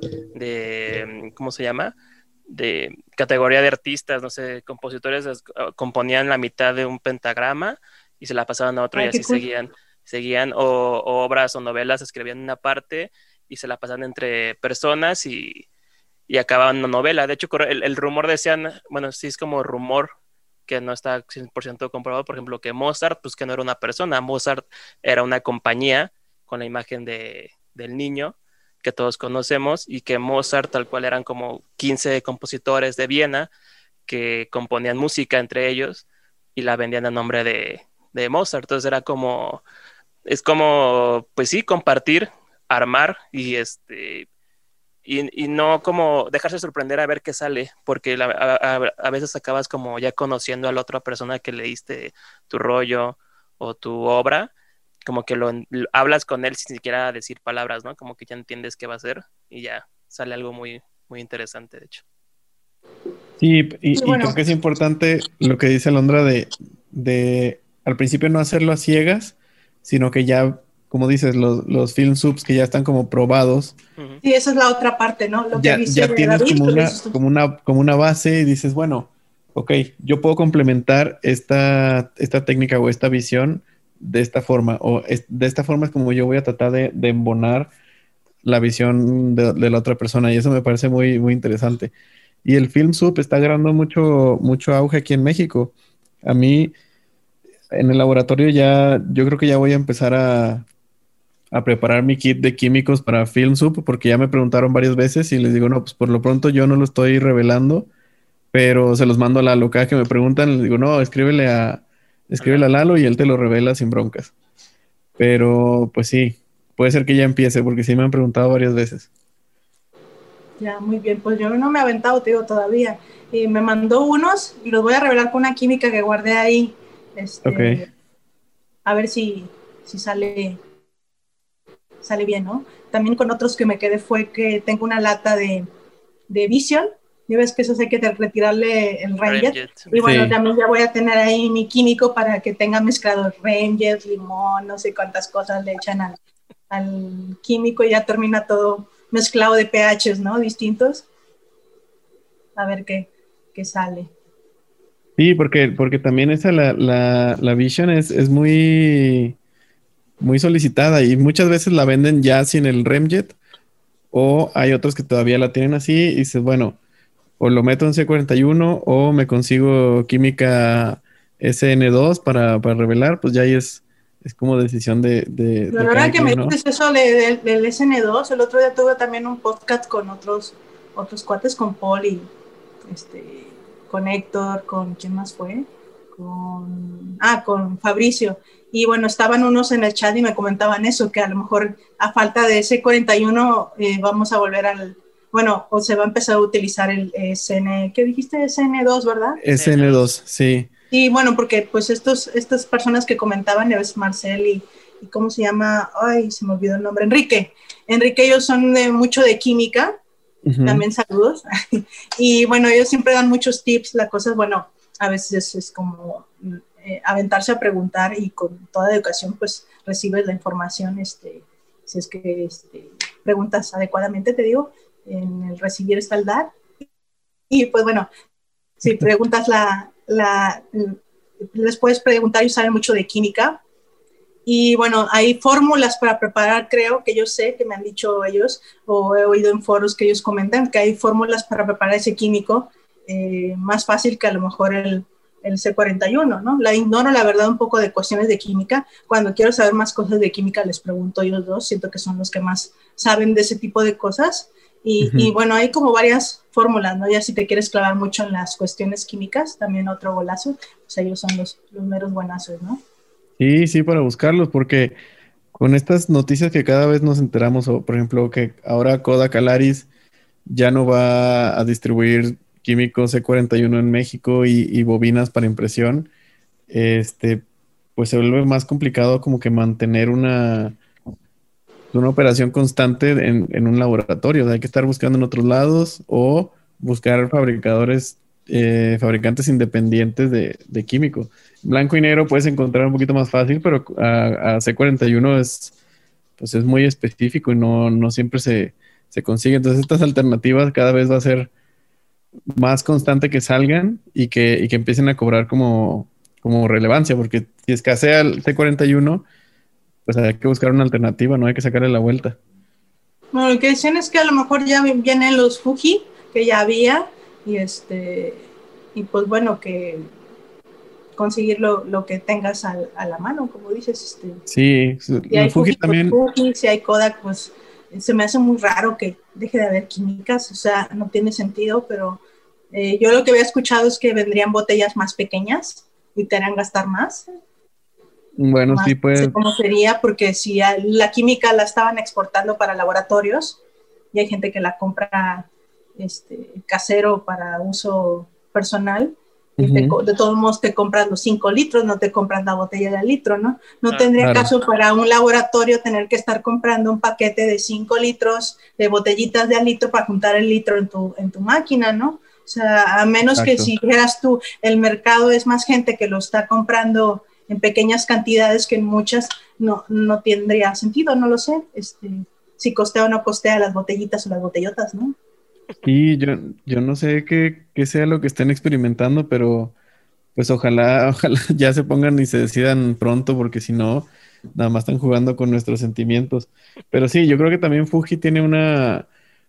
de, ¿cómo se llama? De categoría de artistas, no sé, compositores componían la mitad de un pentagrama y se la pasaban a otro. Ay, y así cool. seguían. seguían o, o obras o novelas, escribían una parte y se la pasaban entre personas y, y acababan una novela. De hecho, el, el rumor decían, bueno, sí es como rumor que no está cien por ciento comprobado, por ejemplo, que Mozart, pues que no era una persona, Mozart era una compañía con la imagen de, del niño que todos conocemos y que Mozart tal cual eran como quince compositores de Viena que componían música entre ellos y la vendían a nombre de, de Mozart. Entonces era como... Es como, pues sí, compartir, armar y este y, y no como dejarse sorprender a ver qué sale, porque la, a, a, a veces acabas como ya conociendo a la otra persona que leíste tu rollo o tu obra, como que lo, lo hablas con él sin siquiera decir palabras, ¿no? Como que ya entiendes qué va a hacer y ya sale algo muy, muy interesante, de hecho. Sí, y, y, bueno. y creo que es importante lo que dice Alondra de, de al principio no hacerlo a ciegas, sino que ya, como dices, los, los film subs que ya están como probados. Sí, esa es la otra parte, ¿no? Lo ya que ya tienes David, como, una, como, una, como una base y dices, bueno, ok, yo puedo complementar esta, esta técnica o esta visión de esta forma, o es, de esta forma es como yo voy a tratar de, de embonar la visión de, de la otra persona, y eso me parece muy, muy interesante. Y el film sub está agarrando mucho, mucho auge aquí en México. A mí... En el laboratorio ya, yo creo que ya voy a empezar a, a preparar mi kit de químicos para Film Soup, porque ya me preguntaron varias veces y les digo, no, pues por lo pronto yo no lo estoy revelando, pero se los mando a Lalo. Cada que me preguntan, les digo, no, escríbele a, escríbele a Lalo y él te lo revela sin broncas. Pero pues sí, puede ser que ya empiece, porque sí me han preguntado varias veces. Ya, muy bien, pues yo no me he aventado, te digo, todavía. Y me mandó unos y los voy a revelar con una química que guardé ahí. Este, okay. A ver si, si sale, sale bien, ¿no? También con otros que me quedé fue que tengo una lata de, de Vision. Ya ves que eso hay que retirarle el Ramjet. Y bueno, sí. También ya voy a tener ahí mi químico para que tenga mezclado Ramjet, limón, no sé cuántas cosas le echan al, al químico y ya termina todo mezclado de pHs, ¿no? Distintos. A ver qué, qué sale. Sí, porque, porque también esa, la, la, la Vision es, es muy, muy solicitada y muchas veces la venden ya sin el Ramjet, o hay otros que todavía la tienen así y dices, bueno, o lo meto en C cuarenta y uno o me consigo química S N dos para, para revelar, pues ya ahí es, es como decisión de, de, La de verdad cada que me quien, ¿no? dices eso de- de- del S N dos, el otro día tuve también un podcast con otros, otros cuates, con Paul y este, con Héctor, con ¿quién más fue? Con, ah, con Fabricio. Y bueno, estaban unos en el chat y me comentaban eso, que a lo mejor a falta de ese cuarenta y uno eh, vamos a volver al, bueno, o se va a empezar a utilizar el S N, ¿qué dijiste? S N dos, ¿verdad? S N dos, sí. Y bueno, porque pues estos, estas personas que comentaban, es Marcel y, y ¿cómo se llama? Ay, se me olvidó el nombre, Enrique. Enrique, ellos son de, mucho de química, uh-huh. También saludos. Y bueno, ellos siempre dan muchos tips, la cosa, bueno, a veces es, es como eh, aventarse a preguntar y con toda educación pues recibes la información, este, si es que este, preguntas adecuadamente, te digo, en el recibir está el dar. Y pues bueno, si preguntas la, la, les puedes preguntar, y saben mucho de química. Y bueno, hay fórmulas para preparar, creo que yo sé, que me han dicho ellos, o he oído en foros que ellos comentan, que hay fórmulas para preparar ese químico eh, más fácil que a lo mejor el, el C cuarenta y uno, ¿no? La ignoro, la verdad, un poco de cuestiones de química. Cuando quiero saber más cosas de química, les pregunto a ellos dos, siento que son los que más saben de ese tipo de cosas. Y, uh-huh. y bueno, hay como varias fórmulas, ¿no? Ya si te quieres clavar mucho en las cuestiones químicas, también otro golazo, pues ellos son los, los meros buenazos, ¿no? Sí, sí, para buscarlos, porque con estas noticias que cada vez nos enteramos, o por ejemplo, que ahora Kodak Alaris ya no va a distribuir químicos C cuarenta y uno en México y, y bobinas para impresión, este, pues se vuelve más complicado como que mantener una... una operación constante en, en un laboratorio. O sea, hay que estar buscando en otros lados o buscar fabricadores, eh, fabricantes independientes de, de químicos. Blanco y negro puedes encontrar un poquito más fácil, pero a, a C cuarenta y uno es, pues es muy específico y no, no siempre se, se consigue. Entonces estas alternativas cada vez va a ser más constante que salgan y que, y que empiecen a cobrar como, como relevancia, porque si escasea el C cuarenta y uno, pues hay que buscar una alternativa, no hay que sacarle la vuelta. Bueno, lo que dicen es que a lo mejor ya vienen los Fuji, que ya había, y este, y pues bueno, que conseguir lo, lo que tengas a, a la mano, como dices. Este, sí, si hay Fuji, también. Pues Fuji, si hay Kodak, pues se me hace muy raro que deje de haber químicas, o sea, no tiene sentido, pero eh, yo lo que había escuchado es que vendrían botellas más pequeñas y te harán gastar más. Bueno, más, sí, pues. No sé cómo sería, porque si la química la estaban exportando para laboratorios y hay gente que la compra este, casero para uso personal, uh-huh. y te, de todos modos te compras los cinco litros, no te compras la botella de litro, ¿no? No ah, tendría claro. caso para un laboratorio tener que estar comprando un paquete de cinco litros de botellitas de al litro para juntar el litro en tu, en tu máquina, ¿no? O sea, a menos Exacto. que si dijeras tú, el mercado es más gente que lo está comprando en pequeñas cantidades que en muchas, no, no tendría sentido, no lo sé, este, si costea o no costea las botellitas o las botellotas, ¿no? Sí, yo, yo no sé qué, qué sea lo que estén experimentando, pero pues ojalá, ojalá ya se pongan y se decidan pronto, porque si no, nada más están jugando con nuestros sentimientos. Pero sí, yo creo que también Fuji tiene una,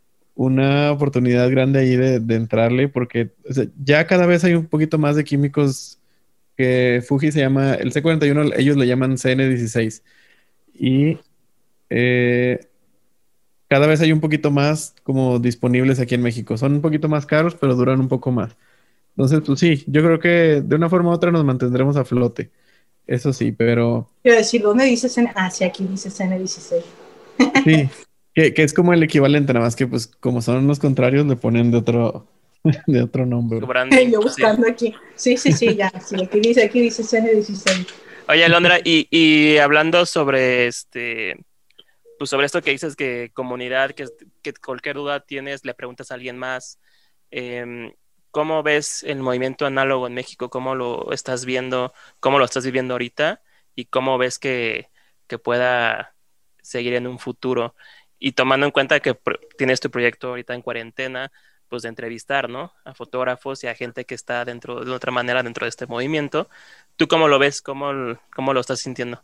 una oportunidad grande ahí de, de entrarle, porque o sea, ya cada vez hay un poquito más de químicos que Fuji se llama, el C cuarenta y uno ellos le llaman C N dieciséis y eh, cada vez hay un poquito más como disponibles aquí en México. Son un poquito más caros, pero duran un poco más. Entonces, pues sí, yo creo que de una forma u otra nos mantendremos a flote. Eso sí, pero... Quiero decir, ¿dónde dice C N? Ah, sí, aquí dice C N dieciséis. Sí, que, que es como el equivalente, nada más que pues como son los contrarios le ponen de otro... de otro nombre. Yo buscando sí. aquí. Sí, sí, sí, ya. Sí, aquí dice, aquí dice C N dieciséis. Oye, Alondra, y, y hablando sobre este, pues sobre esto que dices que comunidad, que, que cualquier duda tienes, le preguntas a alguien más. Eh, ¿Cómo ves el movimiento análogo en México? ¿Cómo lo estás viendo? ¿Cómo lo estás viviendo ahorita? ¿Y cómo ves que, que pueda seguir en un futuro? Y tomando en cuenta que pro- tienes tu proyecto ahorita en cuarentena, pues de entrevistar, ¿no? A fotógrafos y a gente que está dentro, de otra manera dentro de este movimiento. ¿Tú cómo lo ves? ¿Cómo, cómo lo estás sintiendo?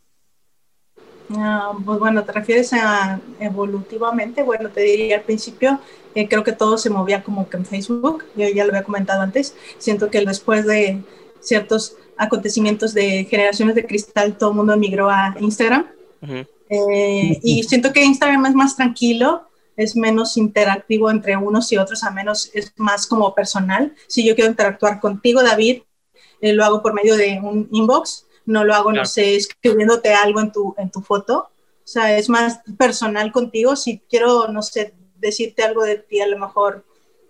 Uh, pues bueno, ¿te refieres a evolutivamente? Bueno, te diría al principio, eh, creo que todo se movía como que en Facebook, yo ya lo había comentado antes, siento que después de ciertos acontecimientos de Generaciones de Cristal, todo el mundo emigró a Instagram. Uh-huh. Eh, y siento que Instagram es más tranquilo, es menos interactivo entre unos y otros, a menos es más como personal. Si yo quiero interactuar contigo, David, eh, lo hago por medio de un inbox, no lo hago, claro. no sé, escribiéndote algo en tu, en tu foto. O sea, es más personal contigo. Si quiero, no sé, decirte algo de ti, a lo mejor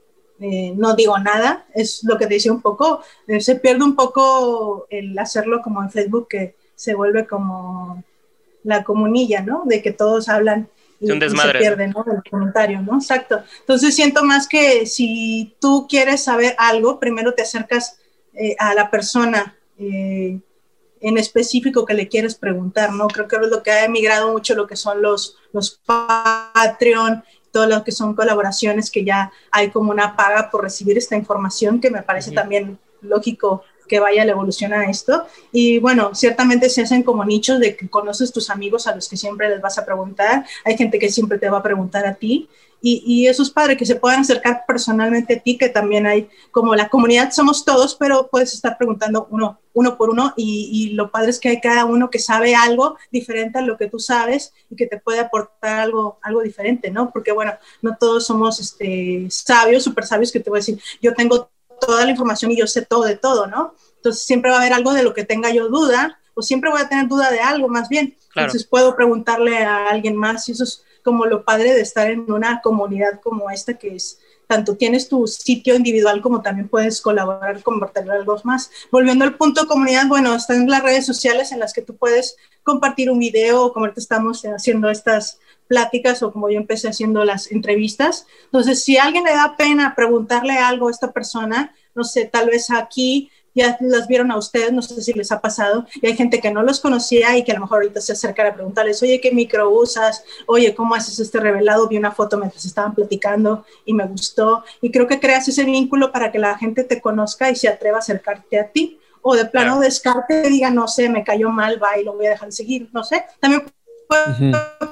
eh, no digo nada, es lo que te decía un poco. Eh, se pierde un poco el hacerlo como en Facebook, que se vuelve como la comunilla, ¿no? De que todos hablan y, y se pierde, ¿no? El comentario, ¿no? Exacto. Entonces siento más que si tú quieres saber algo, primero te acercas eh, a la persona eh, en específico que le quieres preguntar, ¿no? Creo que es lo que ha emigrado mucho lo que son los, los Patreon, todo lo que son colaboraciones, que ya hay como una paga por recibir esta información, que me parece uh-huh. también lógico que vaya la evolución a esto. Y bueno, ciertamente se hacen como nichos de que conoces tus amigos a los que siempre les vas a preguntar, hay gente que siempre te va a preguntar a ti, y, y eso es padre, que se puedan acercar personalmente a ti, que también hay como la comunidad, somos todos, pero puedes estar preguntando uno, uno por uno, y, y lo padre es que hay cada uno que sabe algo diferente a lo que tú sabes y que te puede aportar algo, algo diferente, ¿no? Porque bueno, no todos somos este, sabios, súper sabios, que te voy a decir, yo tengo toda la información y yo sé todo de todo, ¿no? Entonces siempre va a haber algo de lo que tenga yo duda, o siempre voy a tener duda de algo más bien. Claro. Entonces puedo preguntarle a alguien más, y eso es como lo padre de estar en una comunidad como esta, que es, tanto tienes tu sitio individual como también puedes colaborar, compartir algo más. Volviendo al punto comunidad, bueno, están las redes sociales en las que tú puedes compartir un video, como ahorita estamos haciendo estas pláticas, o como yo empecé haciendo las entrevistas. Entonces, si a alguien le da pena preguntarle algo a esta persona, no sé, tal vez aquí ya las vieron a ustedes, no sé si les ha pasado, y hay gente que no los conocía y que a lo mejor ahorita se acerca a preguntarles, oye, ¿qué micro usas? Oye, ¿cómo haces este revelado? Vi una foto mientras estaban platicando y me gustó, y creo que creas ese vínculo para que la gente te conozca y se atreva a acercarte a ti, o de plano yeah. descarte y diga, no sé, me cayó mal, va, y lo voy a dejar de seguir, no sé, también puede uh-huh.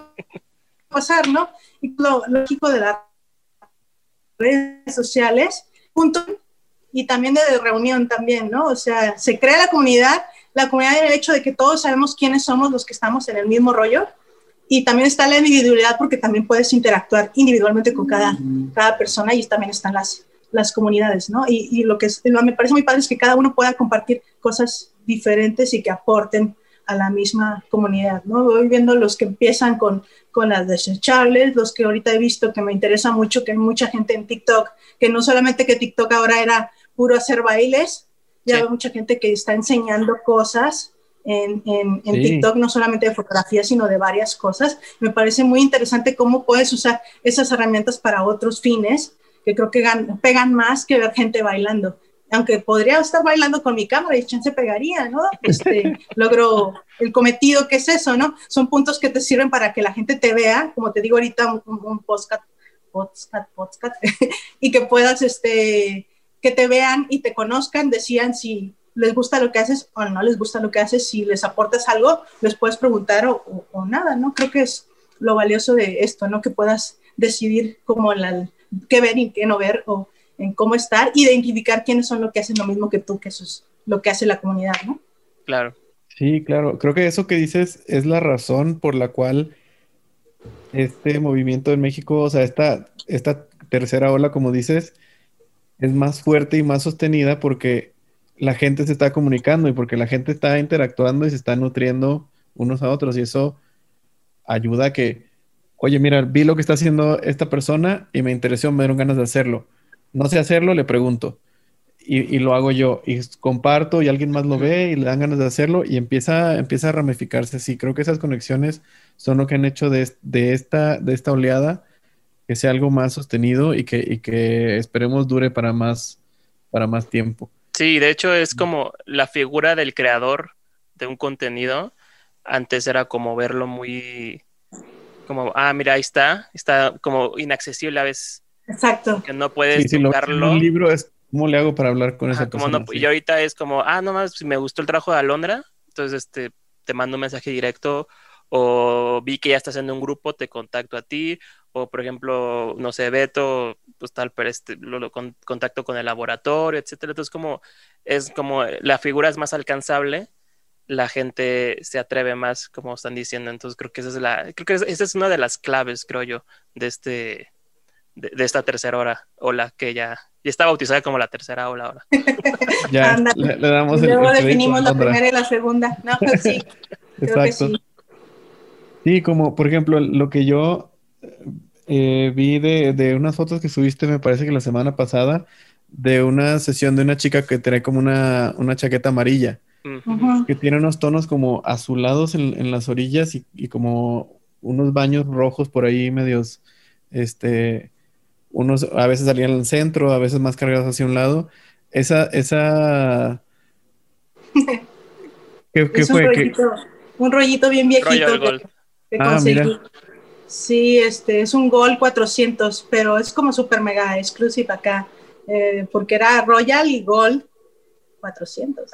pasar, ¿no? Y lo lógico de las redes sociales, punto, y también de reunión también, ¿no? O sea, se crea la comunidad, la comunidad del hecho de que todos sabemos quiénes somos los que estamos en el mismo rollo, y también está la individualidad, porque también puedes interactuar individualmente con cada, cada persona, y también están las, las comunidades, ¿no? Y, y lo que es, lo, me parece muy padre es que cada uno pueda compartir cosas diferentes y que aporten a la misma comunidad, ¿no? Voy viendo los que empiezan con, con las desechables, los que ahorita he visto que me interesa mucho, que hay mucha gente en TikTok, que no solamente que TikTok ahora era puro hacer bailes, ya sí. hay mucha gente que está enseñando cosas en, en, en sí. TikTok, no solamente de fotografía, sino de varias cosas. Me parece muy interesante cómo puedes usar esas herramientas para otros fines, que creo que gan- pegan más que ver gente bailando. Aunque podría estar bailando con mi cámara y chance pegaría, ¿no? Este, logro el cometido que es eso, ¿no? Son puntos que te sirven para que la gente te vea, como te digo ahorita, un, un podcast, podcast, podcast, y que puedas, este, que te vean y te conozcan, decían si les gusta lo que haces o no les gusta lo que haces, si les aportas algo, les puedes preguntar o, o, o nada, ¿no? Creo que es lo valioso de esto, ¿no? Que puedas decidir como la, qué ver y qué no ver, o en cómo estar, identificar quiénes son los que hacen lo mismo que tú, que eso es lo que hace la comunidad, ¿no? Claro. Sí, claro. Creo que eso que dices es la razón por la cual este movimiento en México, o sea, esta, esta tercera ola, como dices, es más fuerte y más sostenida porque la gente se está comunicando y porque la gente está interactuando y se está nutriendo unos a otros, y eso ayuda a que, oye, mira, vi lo que está haciendo esta persona y me interesó, me dieron ganas de hacerlo. No sé hacerlo, le pregunto. Y, y lo hago yo. Y comparto y alguien más lo ve y le dan ganas de hacerlo y empieza, empieza a ramificarse. Sí, creo que esas conexiones son lo que han hecho de, de, esta, de esta oleada que sea algo más sostenido y que, y que esperemos dure para más, para más tiempo. Sí, de hecho es como la figura del creador de un contenido. Antes era como verlo muy... como, ah, mira, ahí está. Está como inaccesible a veces. Exacto. Que no puedes sí, tocarlo. Si lo en un libro es, ¿cómo le hago para hablar con Ajá, esa persona? No, sí. Y ahorita es como, ah, no más, me gustó el trabajo de Alondra, entonces este, te mando un mensaje directo, o vi que ya estás en un grupo, te contacto a ti, o por ejemplo, no sé, Beto, pues tal, pero este, lo, lo con, contacto con el laboratorio, etcétera. Entonces, como es como la figura es más alcanzable, la gente se atreve más, como están diciendo. Entonces, creo que esa es la, creo que esa es una de las claves, creo yo, de este, de, de esta tercera hora, ola que ya, ya está bautizada como la tercera ola ahora. Ya, le, le damos y el, luego el definimos la primera y la segunda. No, pues sí, creo que Exacto. sí. Sí, como por ejemplo, lo que yo eh, vi de, de unas fotos que subiste, me parece que la semana pasada, de una sesión de una chica que trae como una, una chaqueta amarilla, Ujú. que tiene unos tonos como azulados en, en las orillas y, y como unos baños rojos por ahí medios, este, unos a veces salían en el centro, a veces más cargados hacia un lado. Esa, esa, ¿qué, qué Es un fue? ¿Qué? rollito, un rollito bien Royal viejito que, Gold. que Ah, conseguí. mira, Sí, este es un Gold cuatrocientos, pero es como super mega exclusive acá, eh, porque era Royal y Gold cuatrocientos.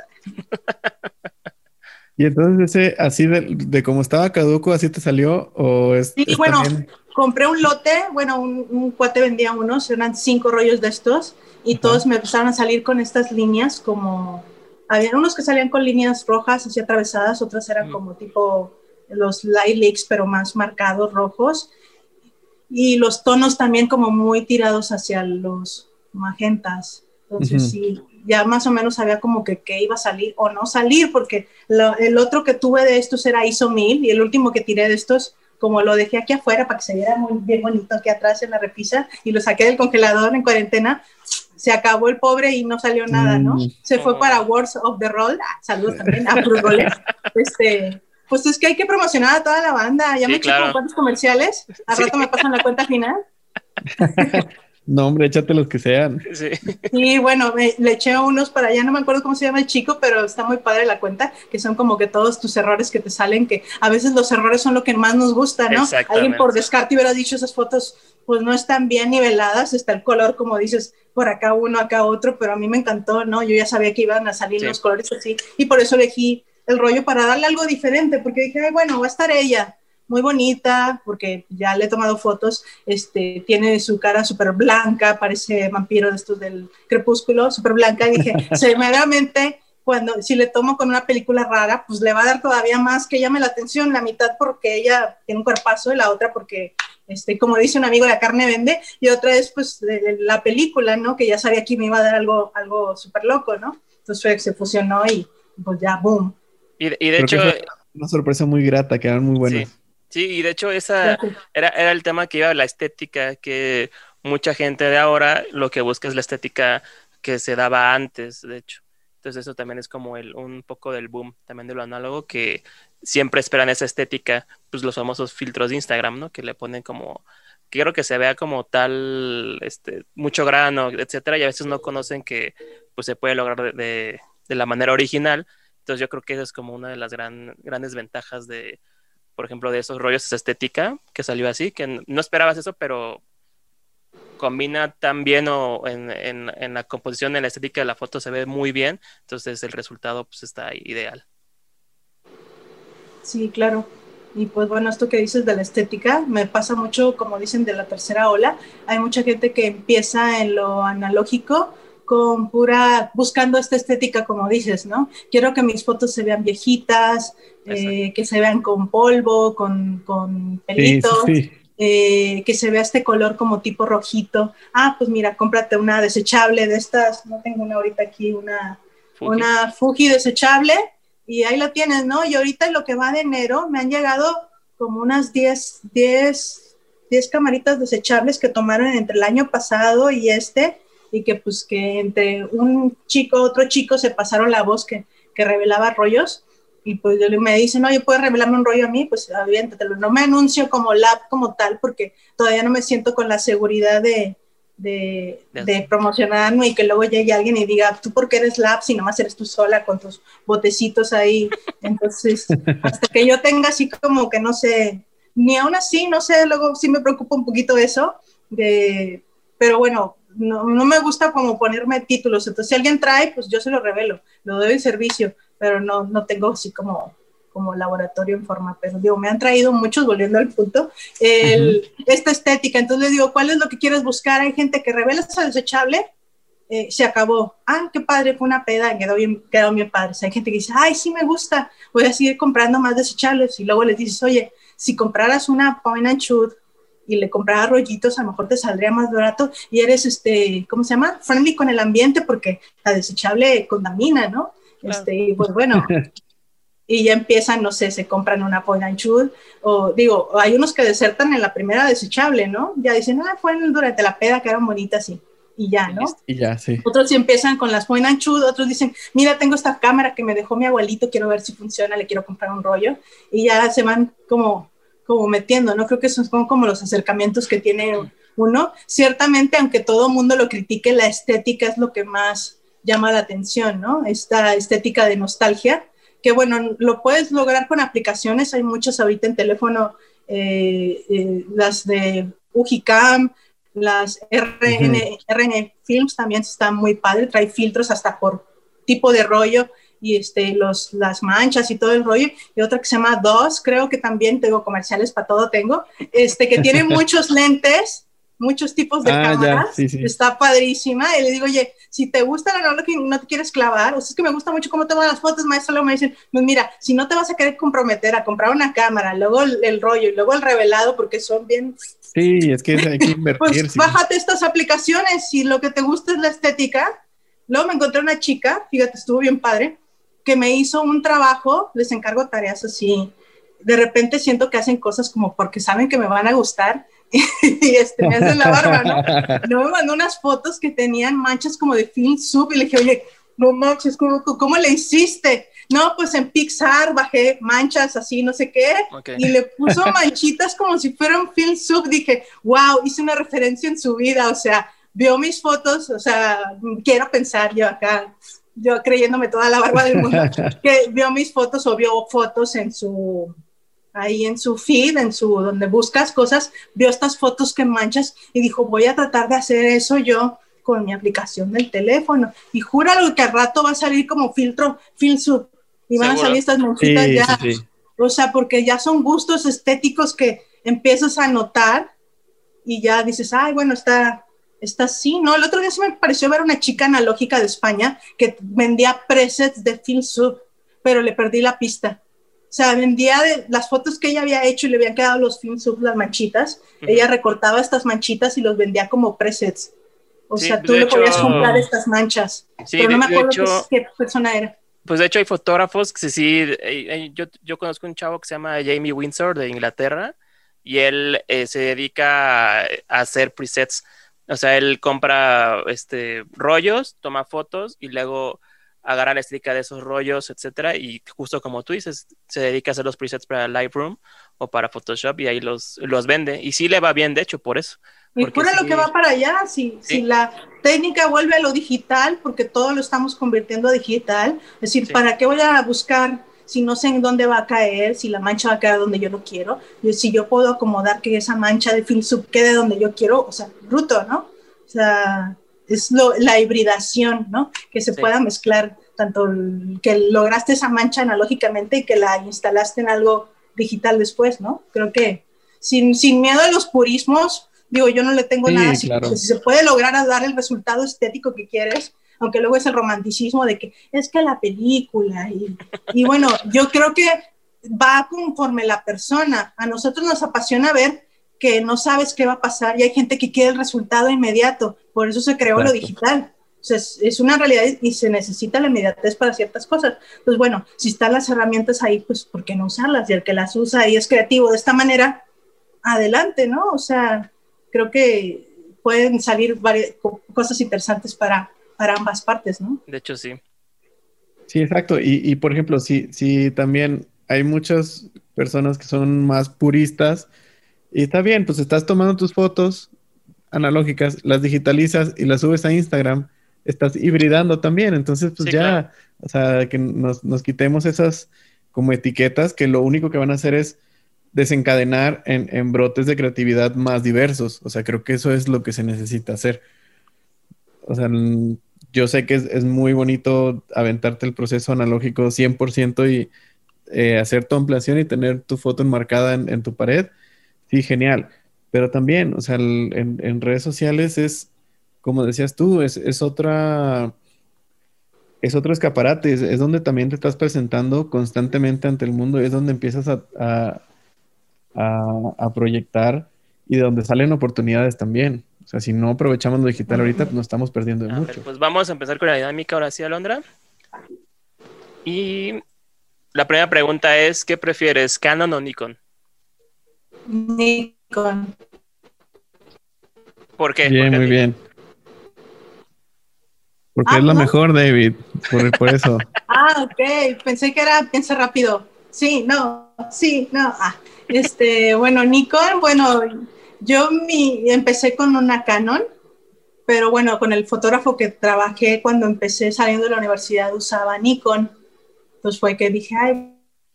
y entonces ese, así de, de como estaba caduco, así te salió, o es, Sí, es bueno, también. compré un lote, bueno, un, un cuate vendía unos, eran cinco rollos de estos, y Ajá. todos me empezaron a salir con estas líneas como, había unos que salían con líneas rojas así atravesadas, otras eran Mm. como tipo los light leaks, pero más marcados, rojos, y los tonos también como muy tirados hacia los magentas. Entonces Ujú. sí, ya más o menos sabía como que, que iba a salir o no salir, porque lo, el otro que tuve de estos era I S O mil y el último que tiré de estos, como lo dejé aquí afuera para que se viera muy bien bonito aquí atrás en la repisa y lo saqué del congelador en cuarentena, se acabó el pobre y no salió nada, ¿no? Mm, Se fue Oh. para Wars of the Roll, ah, saludos también a Cruz Goles. Este, pues es que hay que promocionar a toda la banda. Ya Sí, me eché como claro. cuantos comerciales. Al Sí, rato me pasan la cuenta final. no, hombre, échate los que sean. sí. Sí, bueno, me, le eché unos para allá, no me acuerdo cómo se llama el chico, pero está muy padre la cuenta, que son como que todos tus errores que te salen, que a veces los errores son lo que más nos gusta, ¿no? Alguien por Exactamente. descarte hubiera dicho esas fotos, pues no están bien niveladas, está el color, como dices, por acá uno, acá otro, pero a mí me encantó, ¿no? Yo ya sabía que iban a salir Sí. los colores así, y por eso elegí el rollo para darle algo diferente, porque dije, ay, bueno, va a estar ella, muy bonita, porque ya le he tomado fotos, este, tiene su cara súper blanca, parece vampiro de estos del Crepúsculo, súper blanca, y dije, seguramente cuando, si le tomo con una película rara, pues le va a dar todavía más que llame la atención, la mitad porque ella tiene un cuerpazo y la otra porque, este, como dice un amigo, la carne vende, y otra es pues la película, ¿no? Que ya sabía que me iba a dar algo, algo súper loco, ¿no? Entonces se fusionó y pues ya, boom. Y, y de Creo hecho, que fue una sorpresa muy grata, quedaron muy sí. buenas. Sí, y de hecho esa era, era el tema que iba, la estética, que mucha gente de ahora lo que busca es la estética que se daba antes, de hecho. Entonces eso también es como el, un poco del boom también de lo análogo, que siempre esperan esa estética, pues los famosos filtros de Instagram, ¿no? Que le ponen como, quiero que se vea como tal, este, mucho grano, etcétera, y a veces no conocen que pues se puede lograr de, de, de la manera original. Entonces yo creo que esa es como una de las gran, grandes ventajas de, por ejemplo, de esos rollos, esa estética que salió así, que no esperabas eso, pero combina tan bien o en, en, en la composición, en la estética de la foto se ve muy bien, entonces el resultado pues está ideal. Sí, claro. Y pues bueno, esto que dices de la estética, me pasa mucho, como dicen, de la tercera ola. Hay mucha gente que empieza en lo analógico con pura, buscando esta estética, como dices, ¿no? Quiero que mis fotos se vean viejitas, eh, que se vean con polvo, con, con pelitos, sí, sí, sí. Eh, que se vea este color como tipo rojito. Ah, pues mira, cómprate una desechable de estas, no tengo una ahorita aquí, una Fuji. una Fuji desechable, y ahí lo tienes, ¿no? Y ahorita en lo que va de enero me han llegado como unas diez, diez, diez camaritas desechables que tomaron entre el año pasado y este, y que pues que entre un chico, otro chico se pasaron la voz que, que revelaba rollos, y pues yo me dicen, oye, ¿puedes revelarme un rollo a mí? Pues aviéntatelo. No me anuncio como lab como tal, porque todavía no me siento con la seguridad de, de, de promocionarme y que luego llegue alguien y diga, ¿tú por qué eres lab si nomás eres tú sola con tus botecitos ahí? Entonces, hasta que yo tenga así como que no sé, ni aún así, no sé, luego sí me preocupa un poquito eso, de, pero bueno, no, no me gusta como ponerme títulos, entonces si alguien trae, pues yo se lo revelo, lo doy en servicio, pero no, no tengo así como como laboratorio en forma, pero digo, me han traído muchos, volviendo al punto, el, uh-huh. esta estética. Entonces les digo, ¿cuál es lo que quieres buscar? Hay gente que revela esa desechable, eh, se acabó. Ah, qué padre, fue una peda, quedó bien, quedó bien padre. O sea, hay gente que dice, ay, sí me gusta, voy a seguir comprando más desechables. Y luego les dices, oye, si compraras una point and shoot y le compraras rollitos, a lo mejor te saldría más barato y eres, este, ¿cómo se llama? Friendly con el ambiente, porque la desechable contamina, ¿no? Claro. Este, y pues bueno... y ya empiezan, no sé, se compran una point and shoot, o digo, hay unos que desertan en la primera desechable, ¿no? Ya dicen, ah, fue durante la peda, que eran bonitas, y, y ya, ¿no? Y ya, sí. Otros sí empiezan con las point and shoot, otros dicen, mira, tengo esta cámara que me dejó mi abuelito, quiero ver si funciona, le quiero comprar un rollo, y ya se van como, como metiendo, ¿no? Creo que esos son como los acercamientos que tiene uno. Ciertamente, aunque todo mundo lo critique, la estética es lo que más llama la atención, ¿no? Esta estética de nostalgia, que bueno, lo puedes lograr con aplicaciones, hay muchas ahorita en teléfono, eh, eh, las de Ujicam, las R N, uh-huh. R N Films también están muy padre, trae filtros hasta por tipo de rollo, y este, los, las manchas y todo el rollo, y otra que se llama dos, creo que también tengo comerciales para todo tengo, este, que tiene muchos lentes, muchos tipos de ah, cámaras, ya, sí, sí. Está padrísima, y le digo, oye, si te gusta la analógica y no te quieres clavar, o sea, es que me gusta mucho cómo toman las fotos, maestro, luego me dicen, pues mira, si no te vas a querer comprometer a comprar una cámara, luego el, el rollo, y luego el revelado, porque son bien... Sí, es que hay que invertir. Pues sí. Bájate estas aplicaciones, si lo que te gusta es la estética. Luego me encontré una chica, fíjate, estuvo bien padre, que me hizo un trabajo, les encargo tareas así, de repente siento que hacen cosas como porque saben que me van a gustar, y este, me hacen la barba, ¿no? Luego me mandó unas fotos que tenían manchas como de film soup, y le dije, oye, no manches, ¿cómo, cómo le hiciste? No, pues en Pixar bajé manchas así, no sé qué, okay. Y le puso manchitas como si fueran film soup. Dije, wow, hice una referencia en su vida, o sea, vio mis fotos, o sea, quiero pensar yo acá, yo creyéndome toda la barba del mundo, que vio mis fotos o vio fotos en su... ahí en su feed, en su, donde buscas cosas, vio estas fotos que manchas y dijo, voy a tratar de hacer eso yo con mi aplicación del teléfono. Y júralo que al rato va a salir como filtro, filsub, y van ¿seguro? A salir estas manchitas sí, ya. Sí, sí. O sea, porque ya son gustos estéticos que empiezas a notar y ya dices, ay, bueno, está, está así, ¿no? El otro día sí me pareció ver una chica analógica de España que vendía presets de filsub, pero le perdí la pista. O sea, vendía de las fotos que ella había hecho y le habían quedado los film sub, las manchitas. Uh-huh. Ella recortaba estas manchitas y los vendía como presets. O sí, sea, tú le hecho, podías comprar estas manchas. Sí, pero no me acuerdo hecho, qué, qué persona era. Pues de hecho hay fotógrafos que sí, eh, yo, yo conozco un chavo que se llama Jamie Windsor de Inglaterra y él eh, se dedica a, a hacer presets. O sea, él compra este, rollos, toma fotos y luego agarra la estética de esos rollos, etcétera, y justo como tú dices, se dedica a hacer los presets para Lightroom o para Photoshop y ahí los, los vende. Y sí le va bien, de hecho, por eso. Y fuera sí, lo que va para allá, si, ¿sí? Si la técnica vuelve a lo digital, porque todo lo estamos convirtiendo a digital, es decir, sí. ¿Para qué voy a buscar si no sé en dónde va a caer, si la mancha va a caer donde yo lo quiero? Y si yo puedo acomodar que esa mancha de film sub quede donde yo quiero, o sea, bruto, ¿no? O sea, es lo, la hibridación, ¿no? Que se sí. Pueda mezclar tanto el, que lograste esa mancha analógicamente y que la instalaste en algo digital después, ¿no? Creo que sin, sin miedo a los purismos, digo, yo no le tengo sí, nada así, claro. Si se puede lograr a dar el resultado estético que quieres, aunque luego es el romanticismo de que es que la película y, y bueno, yo creo que va conforme la persona. A nosotros nos apasiona ver que no sabes qué va a pasar y hay gente que quiere el resultado inmediato, por eso se creó Exacto. Lo digital. O sea, es, es una realidad y se necesita la inmediatez para ciertas cosas. Pues bueno, si están las herramientas ahí, pues ¿por qué no usarlas? Y el que las usa y es creativo de esta manera, adelante, ¿no? O sea, creo que pueden salir varias cosas interesantes para, para ambas partes, ¿no? De hecho, sí. Sí, exacto. Y, y por ejemplo, si, si también hay muchas personas que son más puristas, y está bien, pues estás tomando tus fotos analógicas, las digitalizas y las subes a Instagram, estás hibridando también. Entonces, pues sí, ya, claro. O sea, que nos, nos quitemos esas como etiquetas que lo único que van a hacer es desencadenar en, en brotes de creatividad más diversos. O sea, creo que eso es lo que se necesita hacer. O sea, yo sé que es, es muy bonito aventarte el proceso analógico cien por ciento y eh, hacer tu ampliación y tener tu foto enmarcada en, en tu pared, sí, genial. Pero también, o sea, el- en, en redes sociales es, como decías tú, es, es otra, es otro escaparate, es, es donde también te estás presentando constantemente ante el mundo, es donde empiezas a, a, a- a proyectar y de donde salen oportunidades también. O sea, si no aprovechamos lo digital ahorita, pues nos estamos perdiendo de A ver, mucho. pues vamos a empezar con la dinámica ahora sí, Alondra. Y la primera pregunta es, ¿qué prefieres, Canon o Nikon? Nikon. ¿Por qué? ¿Por Bien, qué muy Nikon? bien. Porque Ah, es la ¿no? mejor, David, por, por eso. Ah, ok. Pensé que era piensa rápido. Sí, no, sí, no. Ah, este, bueno, Nikon, bueno, yo mi, empecé con una Canon, pero bueno, con el fotógrafo que trabajé cuando empecé saliendo de la universidad usaba Nikon. Entonces fue que dije, ay,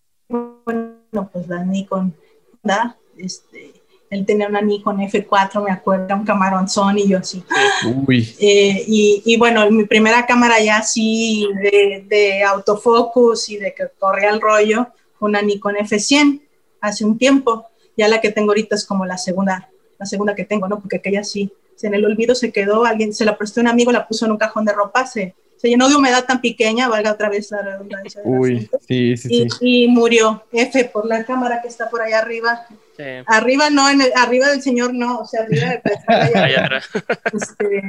bueno, pues la Nikon, ¿da? Este, él tenía una Nikon F cuatro, me acuerdo, era un camaronzón y yo así. Sí. Uy, Eh, y, y bueno, mi primera cámara ya así de, de autofocus y de que corría el rollo, una Nikon F cien hace un tiempo. Ya la que tengo ahorita es como la segunda, la segunda que tengo, ¿no? Porque aquella sí, en el olvido se quedó, alguien se la prestó a un amigo, la puso en un cajón de ropa, se, se llenó de humedad tan pequeña, valga otra vez la redundancia del uy, asunto, sí, sí, y, sí. y murió. F por la cámara que está por allá arriba. Sí. Arriba no, en el, arriba del señor no, o sea, arriba del pedestal de allá Allá arriba. atrás. Este,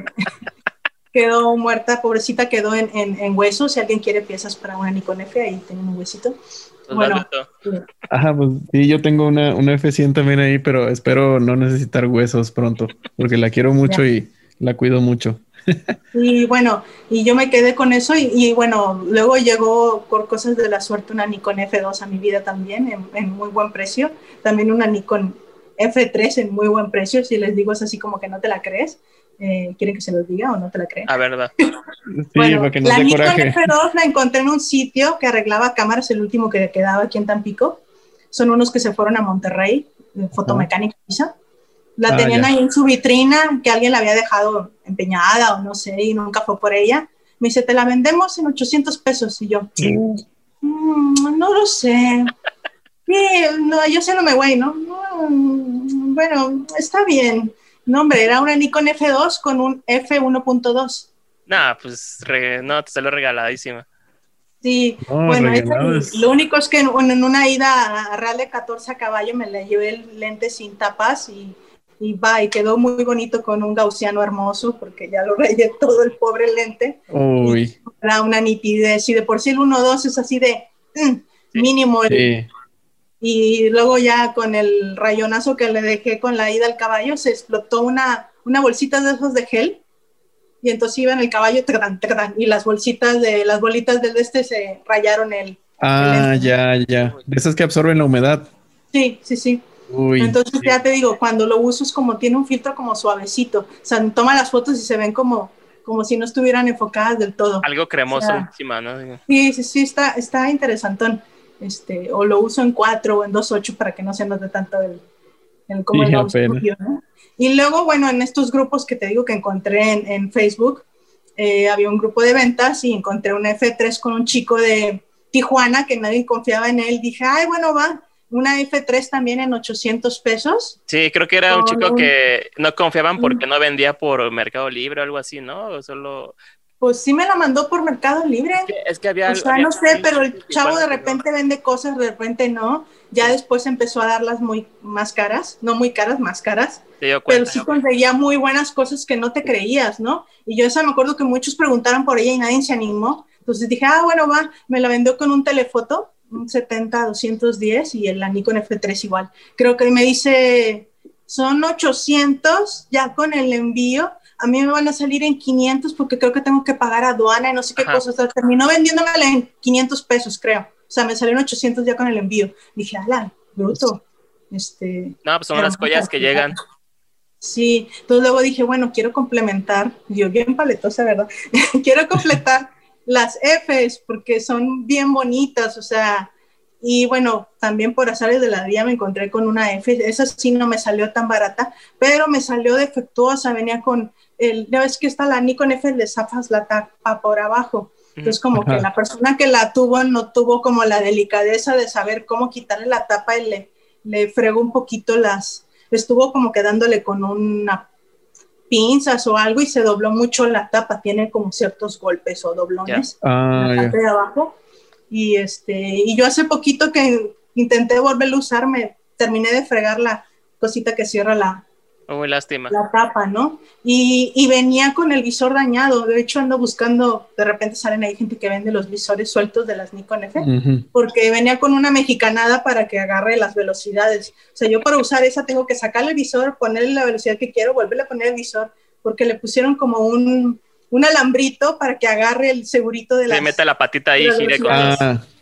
quedó muerta, pobrecita, quedó en, en, en huesos. Si alguien quiere piezas para una Nikon F, ahí tienen un huesito. Pues Bueno, vas, Beto. eh, Ajá, pues sí, yo tengo una, una F cien también ahí, pero espero no necesitar huesos pronto, porque la quiero mucho ya. y la cuido mucho. Y bueno, y yo me quedé con eso y, y bueno, luego llegó por cosas de la suerte una Nikon F dos a mi vida también, en, en muy buen precio. También una Nikon F tres en muy buen precio. Si les digo es así como que no te la crees. Eh, ¿Quieren que se los diga o no te la creen? A ver, va. Sí, para Bueno, que nos la dé Nikon coraje. F dos la encontré en un sitio que arreglaba cámaras, el último que quedaba aquí en Tampico. Son unos que se fueron a Monterrey, de fotomecánica quizá. La Ah, tenían ya. ahí en su vitrina, que alguien la había dejado empeñada o no sé, y nunca fue por ella. Me dice, te la vendemos en ochocientos pesos. Y yo, mmm, no lo sé. Sí, no, yo sé no me voy, ¿no? no mm, bueno, está bien. No, hombre, era una Nikon F dos con un F uno punto dos. Nah, pues re- no, te salió regaladísima. Sí, No, bueno, esa, regalado y lo es. único es que en, en una ida a Real de catorce a caballo me la llevé el lente sin tapas y, y va, y quedó muy bonito con un gaussiano hermoso porque ya lo rayé todo el pobre lente y Uy, era una nitidez y de por sí el uno punto dos es así de mm, Sí. mínimo el, sí. y luego ya con el rayonazo que le dejé con la ida al caballo se explotó una, una bolsita de esos de gel y entonces iba en el caballo tacatán, tacatán, y las bolsitas de las bolitas del este se rayaron el, el Ah, lente. ya, ya. De esas que absorben la humedad. Sí, sí, sí. Uy, Entonces ya te digo, cuando lo uso es como tiene un filtro como suavecito, o sea, toma las fotos y se ven como, como si no estuvieran enfocadas del todo. Algo O cremoso sea, encima, ¿no? sí, sí, sí, está, está interesantón. Este, o lo uso en cuatro o en dos punto ocho para que no se note tanto el, el como el sí, apenas. obscurio, ¿no? Y luego, bueno, en estos grupos que te digo que encontré en, en Facebook, eh, había un grupo de ventas y encontré un F tres con un chico de Tijuana que nadie confiaba en él. Dije, ay, bueno, va, una F tres también en ochocientos pesos. Sí, creo que era un Con chico un, que no confiaban porque un, no vendía por Mercado Libre o algo así, ¿no? O solo... pues sí me la mandó por Mercado Libre. Es que, es que había, O sea, había no sé, pero en el chavo Tijuana de que no. repente vende cosas, de repente no. Ya Sí, después empezó a darlas muy más caras, no muy caras, más caras. se dio Pero cuenta. sí conseguía muy buenas cosas que no te creías, ¿no? Y yo esa me acuerdo que muchos preguntaron por ella y nadie se animó. Entonces dije, ah, bueno, va, me la vendió con un telefoto, un setenta doscientos diez y el Nikon F tres igual. Creo que me dice, son ochocientos ya con el envío. A mí me van a salir en quinientos porque creo que tengo que pagar aduana y no sé qué Ajá. cosas. O sea, terminó vendiéndomela en quinientos pesos, creo. O sea, me salieron ochocientos ya con el envío. Dije, ala, bruto. Este, No, pues son las joyas que llegan. Sí, entonces luego dije, bueno, quiero complementar, yo bien paletosa, ¿verdad? Quiero completar las Fs porque son bien bonitas, o sea, y bueno, también por azares de la vida me encontré con una F, esa sí no me salió tan barata, pero me salió defectuosa, venía con el, ya ves que está la Nikon F, le zafas la tapa por abajo, Entonces como Ajá. que la persona que la tuvo no tuvo como la delicadeza de saber cómo quitarle la tapa y le, le fregó un poquito las, estuvo como que dándole con una pinzas o algo y se dobló mucho la tapa, tiene como ciertos golpes o doblones en Ah, la ya. parte de abajo. Y, este, y yo hace poquito que intenté volverlo a usar, me terminé de fregar la cosita que cierra la, Muy lástima. la tapa, ¿no? Y, y venía con el visor dañado. De hecho, ando buscando, de repente salen ahí gente que vende los visores sueltos de las Nikon F, Ujú. porque venía con una mexicanada para que agarre las velocidades. O sea, yo para usar esa tengo que sacarle el visor, ponerle la velocidad que quiero, volverle a poner el visor, porque le pusieron como un, un alambrito para que agarre el segurito de Se las, mete la patita ahí de y las gire velocidades. cosas. Ah,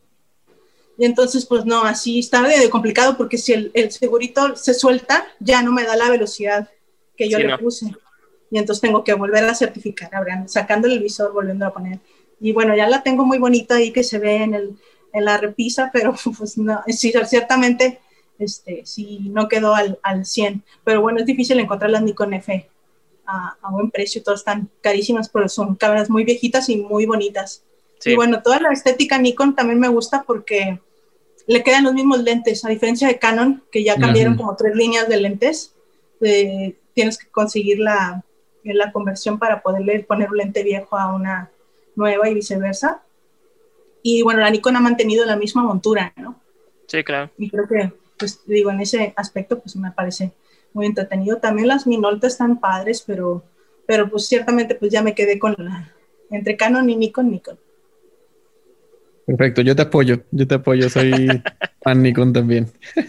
Y entonces, pues no, así está de complicado porque si el, el segurito se suelta, ya no me da la velocidad que yo Sí, le no. puse. Y entonces tengo que volver a certificar, ahora, sacándole el visor, volviendo a poner. Y bueno, ya la tengo muy bonita ahí que se ve en, el, en la repisa, pero pues no, sí, ciertamente este, sí no quedó al, al cien. Pero bueno, es difícil encontrar las Nikon F a, a buen precio, todas están carísimas, pero son cámaras muy viejitas y muy bonitas. Sí. Y bueno, toda la estética Nikon también me gusta porque le quedan los mismos lentes, a diferencia de Canon, que ya cambiaron Ujú. como tres líneas de lentes. Eh, tienes que conseguir la, la conversión para poderle poner un lente viejo a una nueva y viceversa. Y bueno, la Nikon ha mantenido la misma montura, ¿no? Sí, claro. Y creo que, pues digo, en ese aspecto, pues me parece muy entretenido. También las Minolta están padres, pero, pero pues ciertamente pues ya me quedé con la, entre Canon y Nikon, Nikon. Perfecto, yo te apoyo, yo te apoyo, soy fan Nikon también.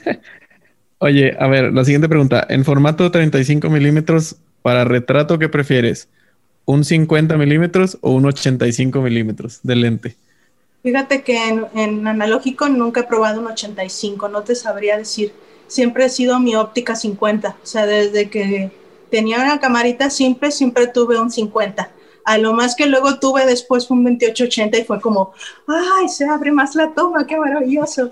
Oye, a ver, la siguiente pregunta. En formato treinta y cinco milímetros para retrato, ¿qué prefieres? ¿Un cincuenta milímetros o un ochenta y cinco milímetros de lente? Fíjate que en, en analógico nunca he probado un ochenta y cinco, no te sabría decir. Siempre ha sido mi óptica cincuenta, o sea, desde que tenía una camarita simple, siempre tuve un cincuenta. A lo más que luego tuve después fue un veintiocho ochenta y fue como, ¡ay, se abre más la toma, qué maravilloso!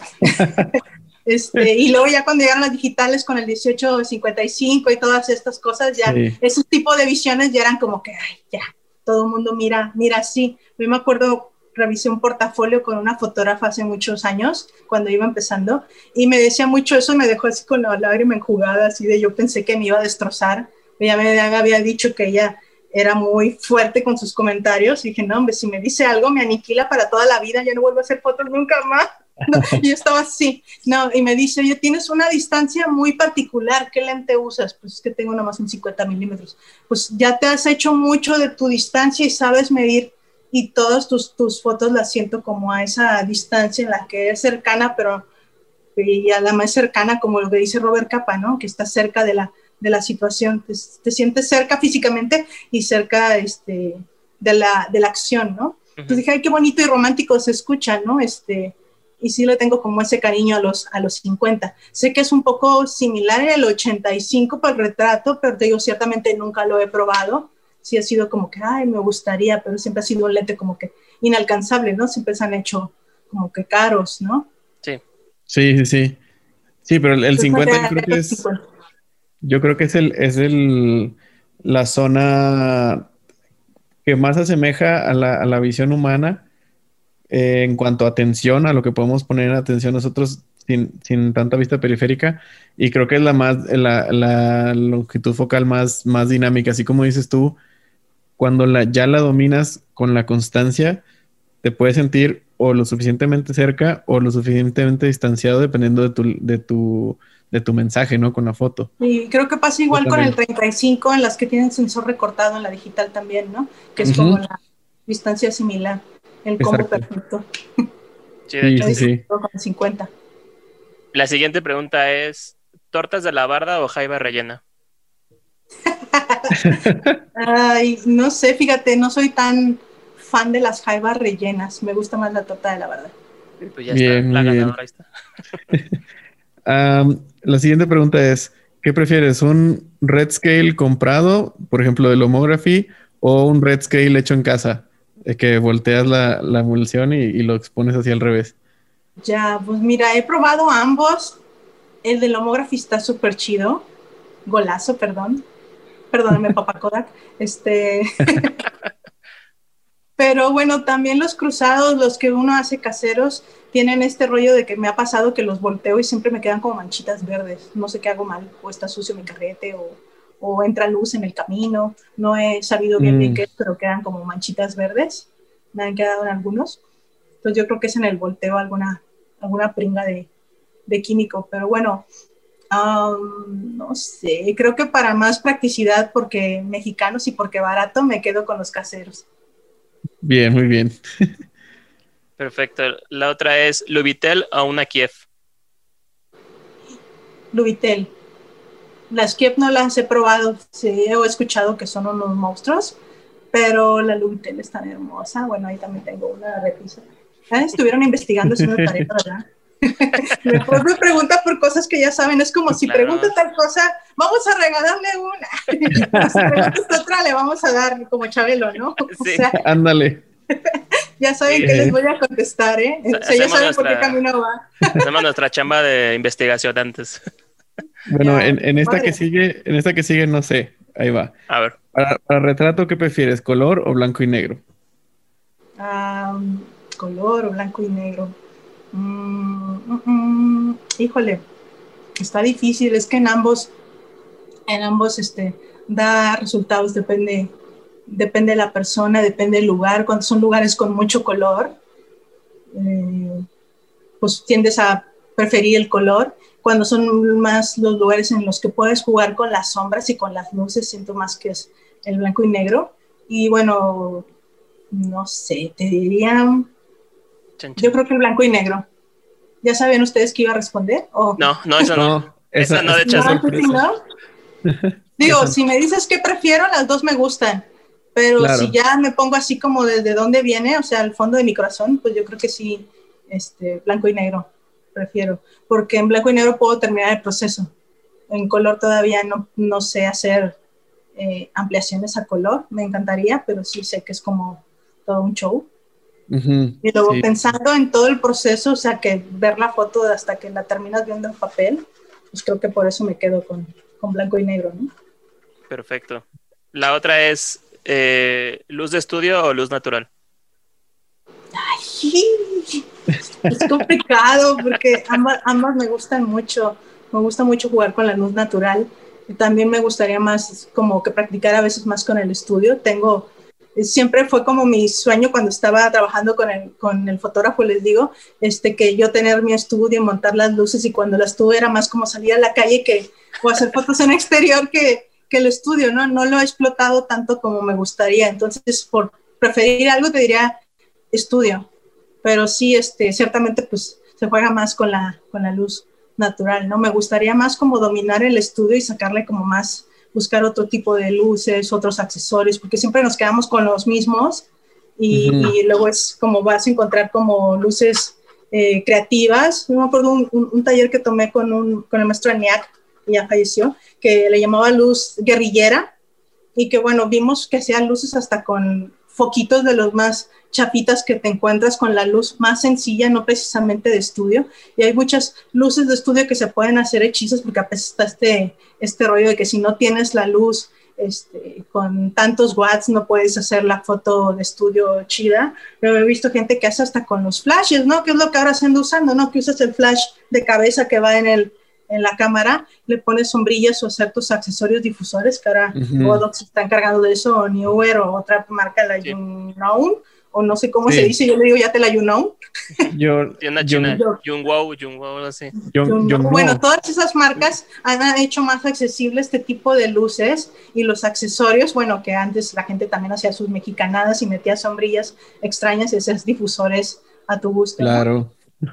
Este, y luego ya cuando llegaron las digitales con el dieciocho cincuenta y cinco y todas estas cosas, ya Sí. ese tipo de visiones ya eran como que, ay, ya, todo el mundo mira, mira así. Yo me acuerdo, revisé un portafolio con una fotógrafa hace muchos años, cuando iba empezando, y me decía mucho eso, me dejó así con la lágrima enjugada, así de yo pensé que me iba a destrozar. Ella me había dicho que ella era muy fuerte con sus comentarios, y dije, no, hombre, si me dice algo, me aniquila para toda la vida, ya no vuelvo a hacer fotos nunca más. No, y yo estaba así, no, y me dice, oye, tienes una distancia muy particular, ¿qué lente usas? Pues es que tengo nomás un cincuenta milímetros. Pues ya te has hecho mucho de tu distancia y sabes medir, y todas tus, tus fotos las siento como a esa distancia en la que es cercana, pero y a la más cercana, como lo que dice Robert Capa, ¿no? Que está cerca de la, de la situación, te, te sientes cerca físicamente y cerca este, de, la, de la acción, ¿no? Uh-huh. Entonces dije, ay, qué bonito y romántico se escucha, ¿no? Este, y sí le tengo como ese cariño a los, a los cincuenta. Sé que es un poco similar en el ochenta y cinco para el retrato, pero te digo, ciertamente nunca lo he probado. Sí ha sido como que, ay, me gustaría, pero siempre ha sido un lente como que inalcanzable, ¿no? Siempre se han hecho como que caros, ¿no? Sí. Sí, sí, sí. Sí, pero el, el cincuenta yo creo que es, yo creo que es el, es el, la zona que más asemeja a la, a la visión humana eh, en cuanto a atención, a lo que podemos poner en atención nosotros sin, sin tanta vista periférica, y creo que es la más, la, la longitud focal más, más dinámica, así como dices tú, cuando la, ya la dominas con la constancia, te puedes sentir o lo suficientemente cerca o lo suficientemente distanciado dependiendo de tu, de tu, de tu mensaje, ¿no? Con la foto. Y creo que pasa igual con el treinta y cinco, en las que tienen sensor recortado en la digital también, ¿no? Que es uh-huh. como la distancia similar, el combo Exacto. perfecto. Sí, de hecho. Sí, sí, sí. Con cincuenta. La siguiente pregunta es, ¿tortas de la barda o jaiba rellena? Ay, no sé, fíjate, no soy tan fan de las jaibas rellenas. Me gusta más la torta de la barda. Pues ya bien, está, la ganadora ahí está. um, la siguiente pregunta es, ¿qué prefieres? ¿Un red scale comprado, por ejemplo, de Lomography, o un red scale hecho en casa? De que volteas la, la emulsión y, y lo expones hacia el revés. Ya, pues mira, he probado ambos. El de Lomography está súper chido. Golazo, perdón. Perdóname, papá Kodak. Este... Pero bueno, también los cruzados, los que uno hace caseros, tienen este rollo de que me ha pasado que los volteo y siempre me quedan como manchitas verdes. No sé qué hago mal, o está sucio mi carrete, o, o entra luz en el camino. No he sabido bien Mm. bien qué es, pero quedan como manchitas verdes. Me han quedado en algunos. Entonces yo creo que es en el volteo alguna, alguna pringa de, de químico. Pero bueno, um, no sé, creo que para más practicidad, porque mexicanos y porque barato, me quedo con los caseros. Bien, muy bien. Perfecto. La otra es Lubitel o una Kiev. Lubitel. Las Kiev no las he probado, sí, he escuchado que son unos monstruos, pero la Lubitel es tan hermosa. Bueno, ahí también tengo una repisa. ¿Eh? Estuvieron investigando, es una tarea, ¿verdad? Después me pregunta por cosas que ya saben. Es como si Claro. pregunta tal cosa, vamos a regalarle una. Si preguntas otra, le vamos a dar como Chabelo, ¿no? O Sí. sea, Ándale. ya saben Sí. qué les voy a contestar, ¿eh? O sea, ya Hacemos saben por qué nuestra- camino va. Hacemos nuestra chamba de investigación antes. Bueno, Ya, en, en esta madre. que sigue, en esta que sigue, no sé. Ahí va. A ver. Para, para retrato, ¿qué prefieres? ¿Color o blanco y negro? Ah, color, blanco y negro. Mm, mm, mm, híjole, está difícil. Es que en ambos, en ambos, este, da resultados. Depende, depende de la persona, depende del lugar. Cuando son lugares con mucho color, eh, pues tiendes a preferir el color. Cuando son más los lugares en los que puedes jugar con las sombras y con las luces, siento más que es el blanco y negro. Y bueno, no sé, te diría, Chan, chan. yo creo que el blanco y negro. ¿Ya sabían ustedes que iba a responder? ¿O? No, no, eso no. No, Esa no, de hecho, esa No, no. pues sí, sorpresa. ¿no? Digo, Esa no. si me dices qué prefiero, las dos me gustan. Pero Claro. si ya me pongo así como desde dónde viene, o sea, al fondo de mi corazón, pues yo creo que sí, este, blanco y negro prefiero. Porque en blanco y negro puedo terminar el proceso. En color todavía no, no sé hacer eh, ampliaciones a color. Me encantaría, pero sí sé que es como todo un show. Ujú, Y luego sí. pensando en todo el proceso, o sea, que ver la foto hasta que la terminas viendo en papel, pues creo que por eso me quedo con, con blanco y negro, ¿no? Perfecto. La otra es eh, luz de estudio o luz natural. Ay, es complicado porque ambas, ambas me gustan mucho. Me gusta mucho jugar con la luz natural. Y también me gustaría más como que practicar a veces más con el estudio. Tengo, siempre fue como mi sueño cuando estaba trabajando con el, con el fotógrafo, les digo, este, que yo tener mi estudio, montar las luces, y cuando las tuve era más como salir a la calle que, o hacer fotos en exterior que, que el estudio, ¿no? No lo he explotado tanto como me gustaría. Entonces, por preferir algo, te diría estudio. Pero sí, este, ciertamente, pues, se juega más con la, con la luz natural, ¿no? Me gustaría más como dominar el estudio y sacarle como más, buscar otro tipo de luces, otros accesorios, porque siempre nos quedamos con los mismos y, Ujú. y luego es como vas a encontrar como luces eh, creativas. Yo me acuerdo un, un, un taller que tomé con, un, con el maestro Aniak, que ya falleció, que le llamaba luz guerrillera, y que bueno, vimos que hacía luces hasta con foquitos de los más chapitas que te encuentras, con la luz más sencilla, no precisamente de estudio. Y hay muchas luces de estudio que se pueden hacer hechizos, porque a veces está este, este rollo de que si no tienes la luz este, con tantos watts no puedes hacer la foto de estudio chida. Pero he visto gente que hace hasta con los flashes, ¿no? Que es lo que ahora se anda usando, ¿no? Que usas el flash de cabeza que va en el en la cámara, le pones sombrillas o ciertos accesorios difusores, que ahora Ujú. Godox se está encargando de eso, o Newer, o otra marca, la Sí. Yunown, o no sé cómo Sí. se dice, yo le digo ya te la Yunown. Yo, Tiene una yo, china. yo- Jungwoo, Jungwoo, algo así. yo, Yunown. yo no. Bueno, todas esas marcas han hecho más accesible este tipo de luces, y los accesorios, bueno, que antes la gente también hacía sus mexicanadas y metía sombrillas extrañas y esos difusores a tu gusto, ¿no? Claro.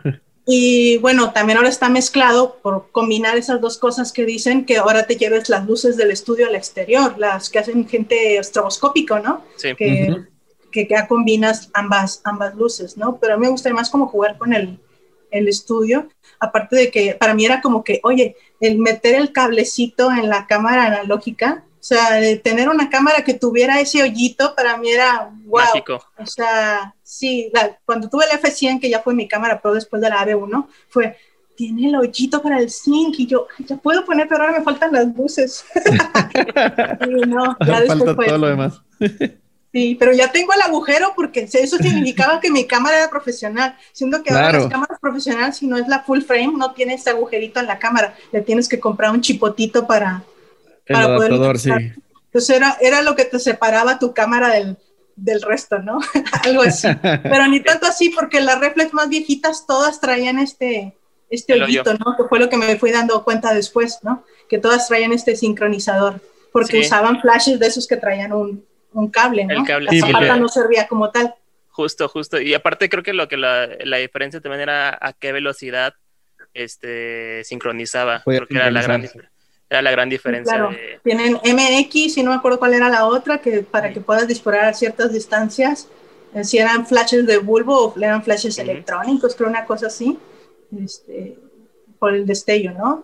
Y bueno, también ahora está mezclado por combinar esas dos cosas que dicen, que ahora te lleves las luces del estudio al exterior, las que hacen gente estroboscópico, ¿no? Sí. Que, Ujú. que ya combinas ambas, ambas luces, ¿no? Pero a mí me gustaría más como jugar con el, el estudio, aparte de que para mí era como que, oye, el meter el cablecito en la cámara analógica, o sea, de tener una cámara que tuviera ese hoyito, para mí era wow. Mágico. O sea, sí, la, cuando tuve el F cien, que ya fue mi cámara pro después de la A V uno, fue, tiene el hoyito para el zinc, y yo, ya puedo poner, pero ahora me faltan las luces. Y no, ya después Falta fue todo lo demás. Sí, pero ya tengo el agujero porque eso significaba que mi cámara era profesional, siendo que Claro. ahora las cámaras profesionales, si no es la full frame, no tiene este agujerito en la cámara, le tienes que comprar un chipotito para, El para poder adaptador, utilizar. sí. Entonces era, era lo que te separaba tu cámara del, del resto, ¿no? Algo así. Pero ni tanto así, porque las reflex más viejitas todas traían este, este El hoyito, hoyo. ¿no? Que fue lo que me fui dando cuenta después, ¿no? Que todas traían este sincronizador, porque Sí. usaban flashes de esos que traían un, un cable, ¿no? El cable, La sí, zapata porque- no servía como tal. Justo, justo. Y aparte creo que lo que la, la diferencia también era a qué velocidad este sincronizaba. Podía Creo que era la gran sincronizar. era la gran Sí, diferencia claro. de Tienen M X y no me acuerdo cuál era la otra, que para Ujú. que puedas disparar a ciertas distancias, eh, si eran flashes de bulbo o eran flashes Ujú. electrónicos, creo una cosa así, este, por el destello, ¿no?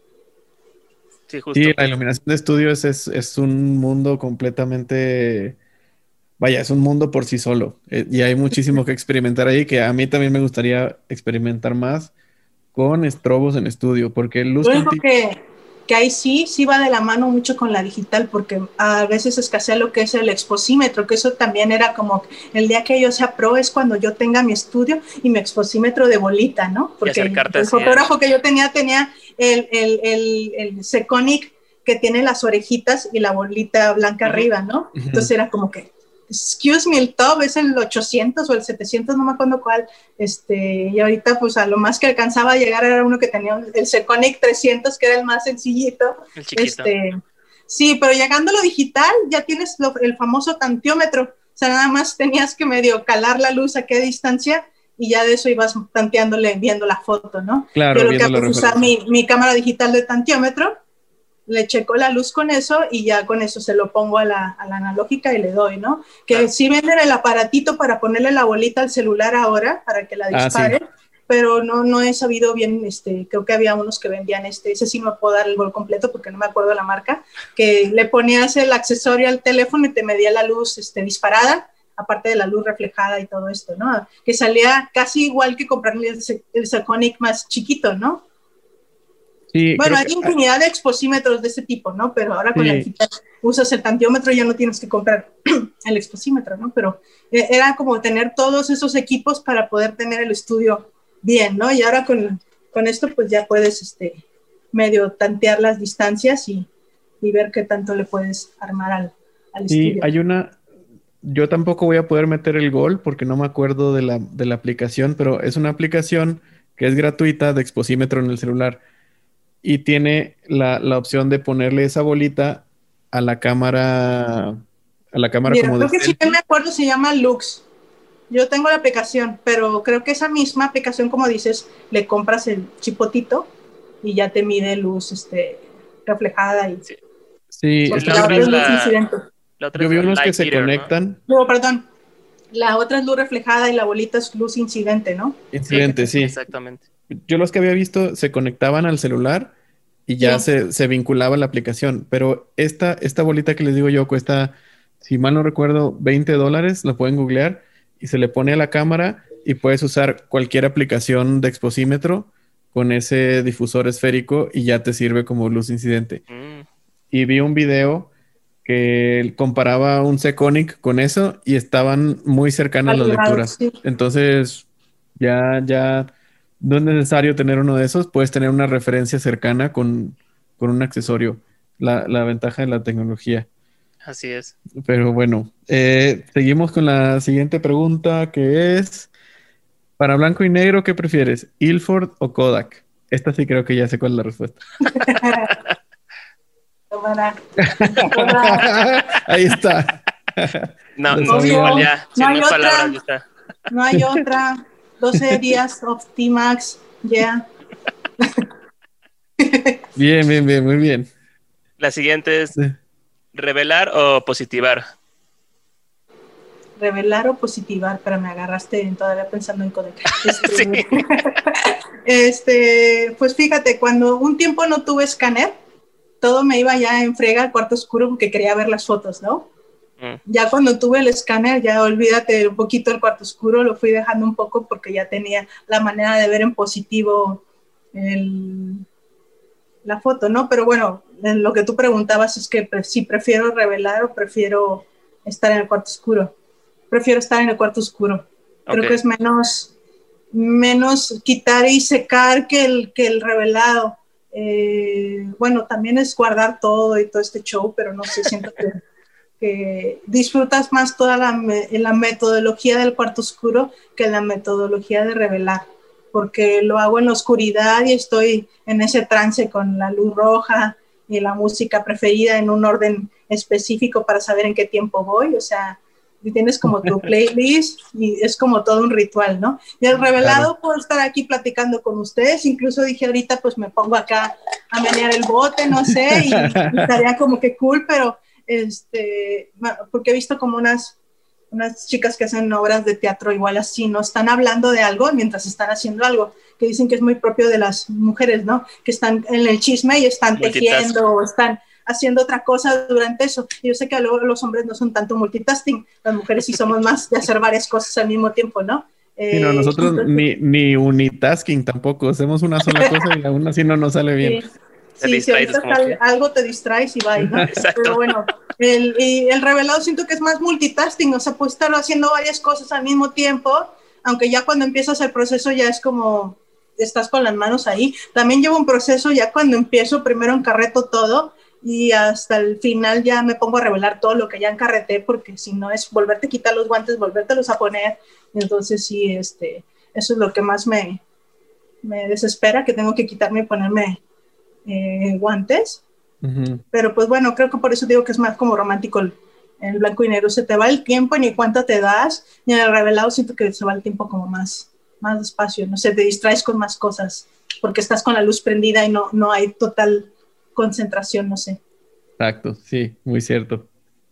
sí, justo, Sí, la justo. iluminación de estudios es, es un mundo completamente, vaya, es un mundo por sí solo. Eh, y hay muchísimo que experimentar ahí, que a mí también me gustaría experimentar más con estrobos en estudio, porque luz Lo único continua. que, que ahí sí, sí va de la mano mucho con la digital, porque a veces escasea lo que es el exposímetro, que eso también era como el día que yo sea pro es cuando yo tenga mi estudio y mi exposímetro de bolita, ¿no? Y Porque acercarte el así al- fotógrafo que yo tenía tenía el, el, el, el Sekonic que tiene las orejitas y la bolita blanca Ujú. arriba, ¿no? Ujú. Entonces era como que, excuse me, el top es el ochocientos o el setecientos, no me acuerdo cuál, este, y ahorita pues a lo más que alcanzaba a llegar era uno que tenía el Sekonic trescientos, que era el más sencillito. El chiquito. Este, sí, pero llegando a lo digital ya tienes lo, el famoso tantiómetro, o sea, nada más tenías que medio calar la luz a qué distancia y ya de eso ibas tanteándole, viendo la foto, ¿no? Claro, Yo lo que viendo hago la es usar referencia. mi, mi cámara digital de tantiómetro, le checo la luz con eso y ya con eso se lo pongo a la, a la analógica y le doy, ¿no? Que Claro. sí venden el aparatito para ponerle la bolita al celular ahora, para que la Ah, dispare, sí. pero no, no he sabido bien, este, creo que había unos que vendían este, ese sí no puedo dar el gol completo porque no me acuerdo la marca, que le ponías el accesorio al teléfono y te medía la luz este, disparada, aparte de la luz reflejada y todo esto, ¿no? Que salía casi igual que comprarle el, el Sekonic más chiquito, ¿no? Sí, Bueno, creo hay que infinidad de exposímetros de ese tipo, ¿no? Pero ahora con la sí. digital usas el tantiómetro y ya no tienes que comprar el exposímetro, ¿no? Pero eh, era como tener todos esos equipos para poder tener el estudio bien, ¿no? Y ahora con, con esto pues ya puedes este, medio tantear las distancias y, y ver qué tanto le puedes armar al, al Sí, estudio. hay una. Yo tampoco voy a poder meter el gol porque no me acuerdo de la, de la aplicación, pero es una aplicación que es gratuita de exposímetro en el celular y tiene la, la opción de ponerle esa bolita a la cámara, a la cámara Mira, como de creo que si bien selfie. me acuerdo se llama Lux. Yo tengo la aplicación, pero creo que esa misma aplicación, como dices, le compras el chipotito y ya te mide luz este, reflejada y Sí. Sí, Sí, porque está la la otra otra es es luz horrible. la, incidente. la otra Yo es vi la unos que light se meter, ¿no? conectan. No, perdón. La otra es luz reflejada y la bolita es luz incidente, ¿no? Sí, Incidente, sí. exactamente. Yo los que había visto se conectaban al celular y ya Sí. se, se vinculaba a la aplicación. Pero esta, esta bolita que les digo yo cuesta, si mal no recuerdo, veinte dólares. Lo pueden googlear y se le pone a la cámara y puedes usar cualquier aplicación de exposímetro con ese difusor esférico y ya te sirve como luz incidente. Mm, Y vi un video que comparaba un Sekonic con eso y estaban muy cercanas las Calibrado, lecturas. sí. Entonces, ya, ya no es necesario tener uno de esos, puedes tener una referencia cercana con, con un accesorio. La, la ventaja de la tecnología. así es. Pero bueno, eh, seguimos con la siguiente pregunta que es, para blanco y negro, ¿qué prefieres? ¿Ilford o Kodak? Esta sí creo que ya sé cuál es la respuesta. Cámara. Cámara. Ahí está. No, Lo no, Obvio. sabía. igual ya, No sin hay mil palabras, otra. ya está. No hay otra. doce días of T-Max. Ya. Bien, bien, bien, muy bien. La siguiente es revelar o positivar. Revelar o positivar, pero me agarraste todavía pensando en Kodak. Este, Sí. este, pues fíjate, cuando un tiempo no tuve escáner, todo me iba ya en frega al cuarto oscuro porque quería ver las fotos, ¿no? Mm, Ya cuando tuve el escáner, ya olvídate un poquito el cuarto oscuro, lo fui dejando un poco porque ya tenía la manera de ver en positivo el, la foto, ¿no? Pero bueno, lo que tú preguntabas es que pre- si prefiero revelar o prefiero estar en el cuarto oscuro. Prefiero estar en el cuarto oscuro. Creo okay. que es menos, menos quitar y secar que el, que el revelado. Eh, bueno, también es guardar todo y todo este show, pero no sé, siento que, que disfrutas más toda la, la metodología del cuarto oscuro que la metodología de revelar, porque lo hago en la oscuridad y estoy en ese trance con la luz roja y la música preferida en un orden específico para saber en qué tiempo voy, o sea, tienes como tu playlist y es como todo un ritual, ¿no? Y el revelado, claro, por estar aquí platicando con ustedes, incluso dije ahorita pues me pongo acá a menear el bote, no sé, y, y estaría como que cool, pero este, porque he visto como unas, unas chicas que hacen obras de teatro igual así, ¿no? Están hablando de algo mientras están haciendo algo, que dicen que es muy propio de las mujeres, ¿no? Que están en el chisme y están tejiendo o están haciendo otra cosa durante eso. Y yo sé que luego los hombres no son tanto multitasking, las mujeres sí somos más de hacer varias cosas al mismo tiempo, ¿no? Eh, sí, no, nosotros entonces, ni, ni unitasking tampoco, hacemos una sola cosa y aún así no nos sale bien. Sí, sí, si ahorita que... algo te distraes y va, ¿no? Pero bueno, el, y el revelado siento que es más multitasking, o sea, puedes estar haciendo varias cosas al mismo tiempo, aunque ya cuando empiezas el proceso ya es como estás con las manos ahí. También llevo un proceso ya cuando empiezo, primero encarreto todo y hasta el final ya me pongo a revelar todo lo que ya encarreté, porque si no es volverte a quitar los guantes, volvértelos a poner. Entonces sí, este, eso es lo que más me, me desespera, que tengo que quitarme y ponerme eh, guantes. Uh-huh. Pero pues bueno, creo que por eso digo que es más como romántico el, el blanco y negro. Se te va el tiempo y ni cuánto te das, y en el revelado siento que se va el tiempo como más, más despacio, no sé, te distraes con más cosas, porque estás con la luz prendida y no, no hay total concentración, no sé. Exacto, sí, muy cierto.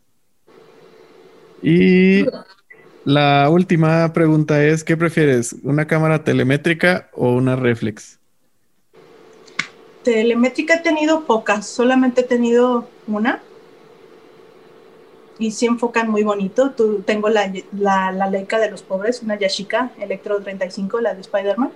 Y la última pregunta es, ¿qué prefieres? ¿Una cámara telemétrica o una reflex? Telemétrica he tenido pocas, solamente he tenido una y sí enfocan muy bonito. Tú, tengo la, la, la Leica de los pobres, una Yashica Electro treinta y cinco, la de Spider-Man.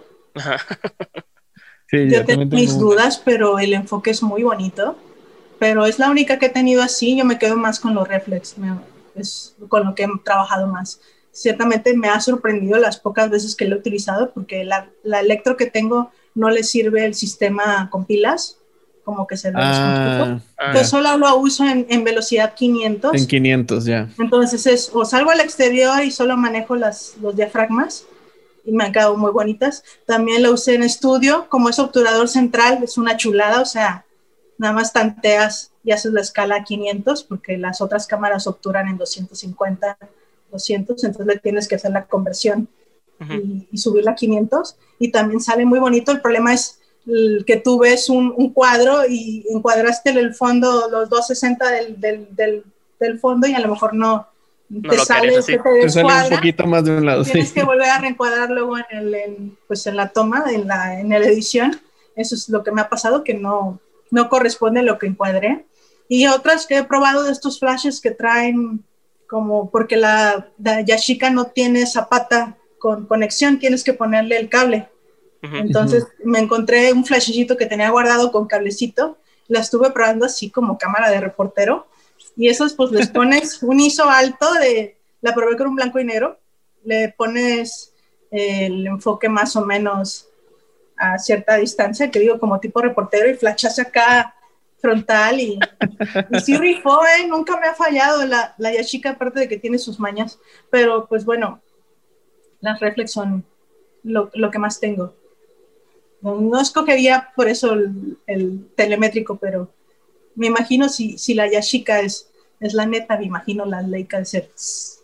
Sí, yo tengo mis dudas, pero el enfoque es muy bonito. Pero es la única que he tenido así. Yo me quedo más con los reflex, me, es con lo que he trabajado más. Ciertamente me ha sorprendido las pocas veces que lo he utilizado, porque la, la Electro que tengo no le sirve el sistema con pilas, como que se lo descompuso. Ah, Entonces yeah. solo lo uso en, en velocidad quinientos. En quinientos, ya. Yeah. Entonces es, o salgo al exterior y solo manejo las, los diafragmas, y me han quedado muy bonitas. También la usé en estudio, como es obturador central, es una chulada, o sea, nada más tanteas y haces la escala a quinientos, porque las otras cámaras obturan en doscientos cincuenta, doscientos, entonces le tienes que hacer la conversión uh-huh. y, y subirla a quinientos, y también sale muy bonito. El problema es el, que tú ves un, un cuadro y encuadraste el fondo, los doscientos sesenta del, del, del, del fondo, y a lo mejor no, no te, sale, te, te sale un poquito más de un lado. Tienes sí. que volver a reencuadrar luego en, el, en, pues en la toma, en la, en la edición. Eso es lo que me ha pasado, que no, no corresponde a lo que encuadré. Y otras que he probado de estos flashes que traen, como porque la, la Yashica no tiene zapata con conexión, tienes que ponerle el cable. Uh-huh. Entonces uh-huh. me encontré un flashecito que tenía guardado con cablecito, la estuve probando así como cámara de reportero, y esos pues les pones un I S O alto, de, la probé con un blanco y negro, le pones el enfoque más o menos a cierta distancia, que digo como tipo reportero, y flashas acá frontal, y, y sí rifó, ¿eh? Nunca me ha fallado la, la Yashica, aparte de que tiene sus mañas, pero pues bueno, las reflex son lo, lo que más tengo. No, no escogería por eso el, el telemétrico, pero me imagino si, si la Yashica es, es la neta, me imagino la Leica de ser. Sí,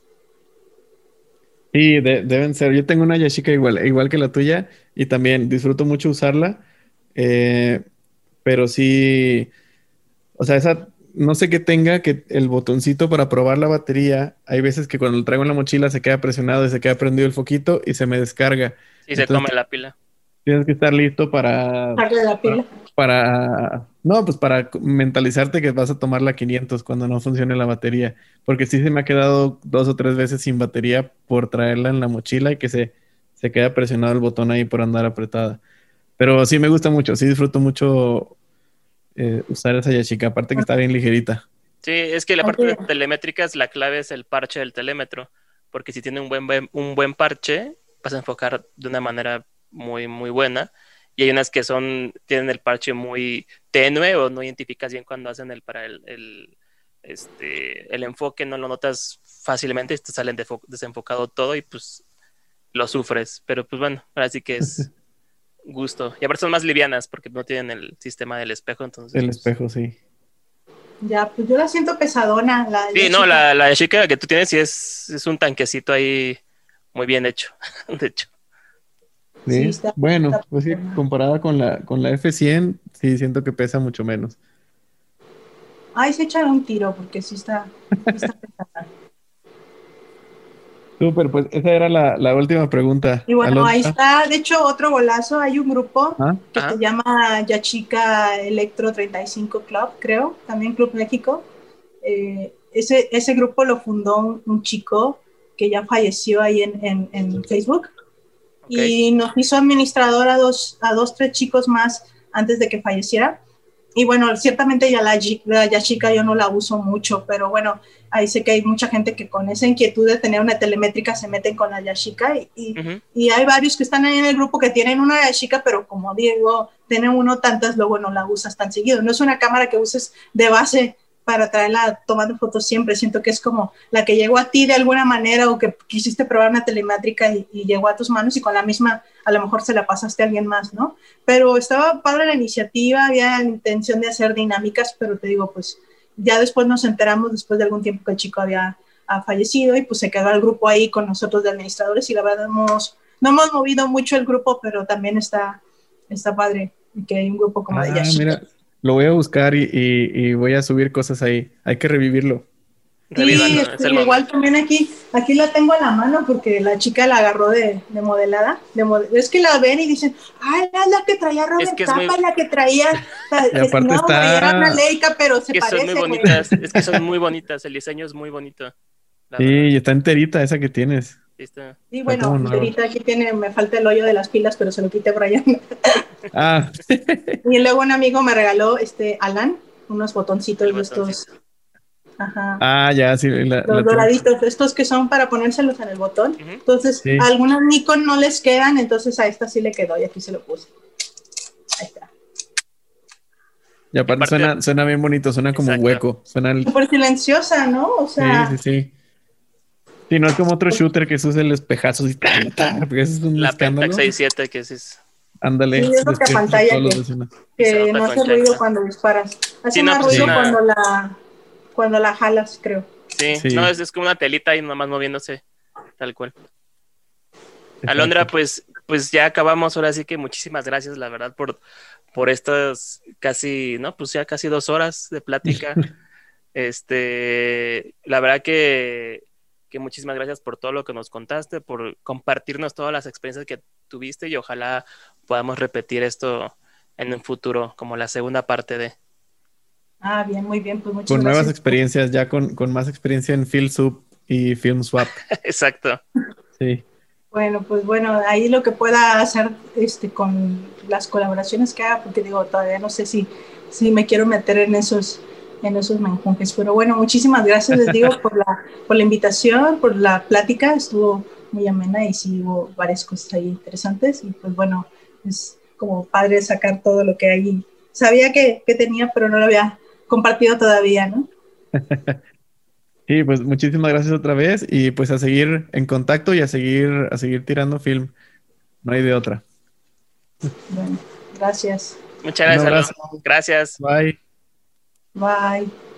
de, deben ser. Yo tengo una Yashica igual, igual que la tuya, y también disfruto mucho usarla, eh, pero sí, o sea, esa, no sé qué tenga, que el botoncito para probar la batería, hay veces que cuando lo traigo en la mochila se queda presionado y se queda prendido el foquito y se me descarga. Sí, se come la pila. Tienes que estar listo para, la pila. para, para, no, pues para mentalizarte que vas a tomar la quinientos cuando no funcione la batería, porque sí se me ha quedado dos o tres veces sin batería por traerla en la mochila y que se, se queda presionado el botón ahí por andar apretada. Pero sí me gusta mucho, sí disfruto mucho eh, usar esa Yashica, aparte que está bien ligerita. Sí, es que la parte de telemétricas, la clave es el parche del telémetro, porque si tiene un buen, buen- un buen parche, vas a enfocar de una manera muy, muy buena, y hay unas que son, tienen el parche muy tenue o no identificas bien cuando hacen el para el, el, este, el enfoque, no lo notas fácilmente, y te salen defo- desenfocado todo y pues lo sufres, pero pues bueno, ahora sí que es gusto, y aparte son más livianas porque no tienen el sistema del espejo, entonces El pues... espejo, sí. Ya, pues yo la siento pesadona, la, Sí, la no, chica. la, la chica que tú tienes sí es, es un tanquecito ahí muy bien hecho, de hecho. Sí, ¿Sí? está, Bueno, está pues sí, pesadona. comparada con la, con la F cien, sí siento que pesa mucho menos. Ay, se echaron un tiro porque sí está, sí está pesada. Súper, pues esa era la, la última pregunta. Y bueno, ahí Alondra. está, de hecho, otro golazo. Hay un grupo ¿Ah? que se Ajá, llama Yachica Electro treinta y cinco Club, creo, también Club México. Eh, ese, ese grupo lo fundó un, un chico que ya falleció ahí en, en, en Facebook ok. y nos hizo administrador a dos, a dos, tres chicos más antes de que falleciera. Y bueno, ciertamente ya la, la Yashica yo no la uso mucho, pero bueno, ahí sé que hay mucha gente que con esa inquietud de tener una telemétrica se meten con la Yashica y, y, Ujú. y hay varios que están ahí en el grupo que tienen una Yashica, pero como digo, tienen uno tantas, luego no la usas tan seguido. No es una cámara que uses de base para traerla tomando fotos siempre. Siento que es como la que llegó a ti de alguna manera o que quisiste probar una telemétrica y, y llegó a tus manos y con la misma a lo mejor se la pasaste a alguien más, ¿no? Pero estaba padre la iniciativa, había la intención de hacer dinámicas, pero te digo, pues ya después nos enteramos, después de algún tiempo que el chico había ha fallecido y pues se quedó el grupo ahí con nosotros de administradores y la verdad hemos, no hemos movido mucho el grupo, pero también está, está padre que hay un grupo como de Ah, Yashica. mira, lo voy a buscar y, y, y voy a subir cosas ahí. Hay que revivirlo. Sí, Revívalo, es este, el igual momento. también aquí, aquí la tengo a la mano porque la chica la agarró de, de modelada. De mod es que la ven y dicen, ah, era la que traía Es Robert que es muy, Capa, la que traía, Y que aparte no, güey, era una está, Leica, pero es se que son muy parece, güey. bonitas, es que son muy bonitas, el diseño es muy bonito, la sí, verdad. y está enterita esa que tienes. Sí está. Y Está bueno, como nueva. ahorita aquí tiene, me falta el hoyo de las pilas, pero se lo quité Brian. Ah, Y luego un amigo me regaló, este, Alan, unos El botoncitos de estos, botoncito. ajá, ah, ya, sí, la, los la tengo. doraditos, estos que son para ponérselos en el botón. Ujú. Entonces, a Sí, algunas Nikon no les quedan, entonces a esta sí le quedó y aquí se lo puse. Ahí está. y Y aparte aparte, suena, suena bien bonito, suena como exacto. hueco. Suena el... Súper silenciosa, ¿no? O Sí, sí, sea, sí. Sí, no es como otro shooter que se usa el espejazo y ta, ta, porque ese es un La Pentax escándalo. sesenta y siete que sí es, sí, Ándale, es lo que a despiertas a todos pantalla los que, vecinos. y se que nota no con hace ruido chancla. cuando disparas. Hace Sí, no, más pues es ruido Sí, cuando una, la, cuando la jalas, creo. sí, no, sí, es, es como una telita y nomás moviéndose, tal cual. Alondra, exacto. pues, pues ya acabamos, ahora sí que muchísimas gracias, la verdad, por, por estas casi, no, pues ya casi dos horas de plática. Este, la verdad que, que muchísimas gracias por todo lo que nos contaste, por compartirnos todas las experiencias que tuviste y ojalá podamos repetir esto en un futuro, como la segunda parte de. Ah, bien, muy bien, pues muchas Con nuevas gracias. experiencias, ya con, con más experiencia en FieldSub y FilmSwap. Exacto. Sí. Bueno, pues bueno, ahí lo que pueda hacer este, con las colaboraciones que haga, porque digo, todavía no sé si, si me quiero meter en esos, en esos menjunjes. Pero bueno, muchísimas gracias, les digo, por la, por la invitación, por la plática, estuvo muy amena y sí hubo varias cosas ahí interesantes. Y pues bueno, es como padre sacar todo lo que hay. Sabía que, que tenía, pero no lo había compartido todavía, ¿no? Sí, pues muchísimas gracias otra vez y pues a seguir en contacto y a seguir, a seguir tirando film. No hay de otra. Bueno, gracias. Muchas Un gracias, Alondra. abrazo. Gracias. Bye. Bye.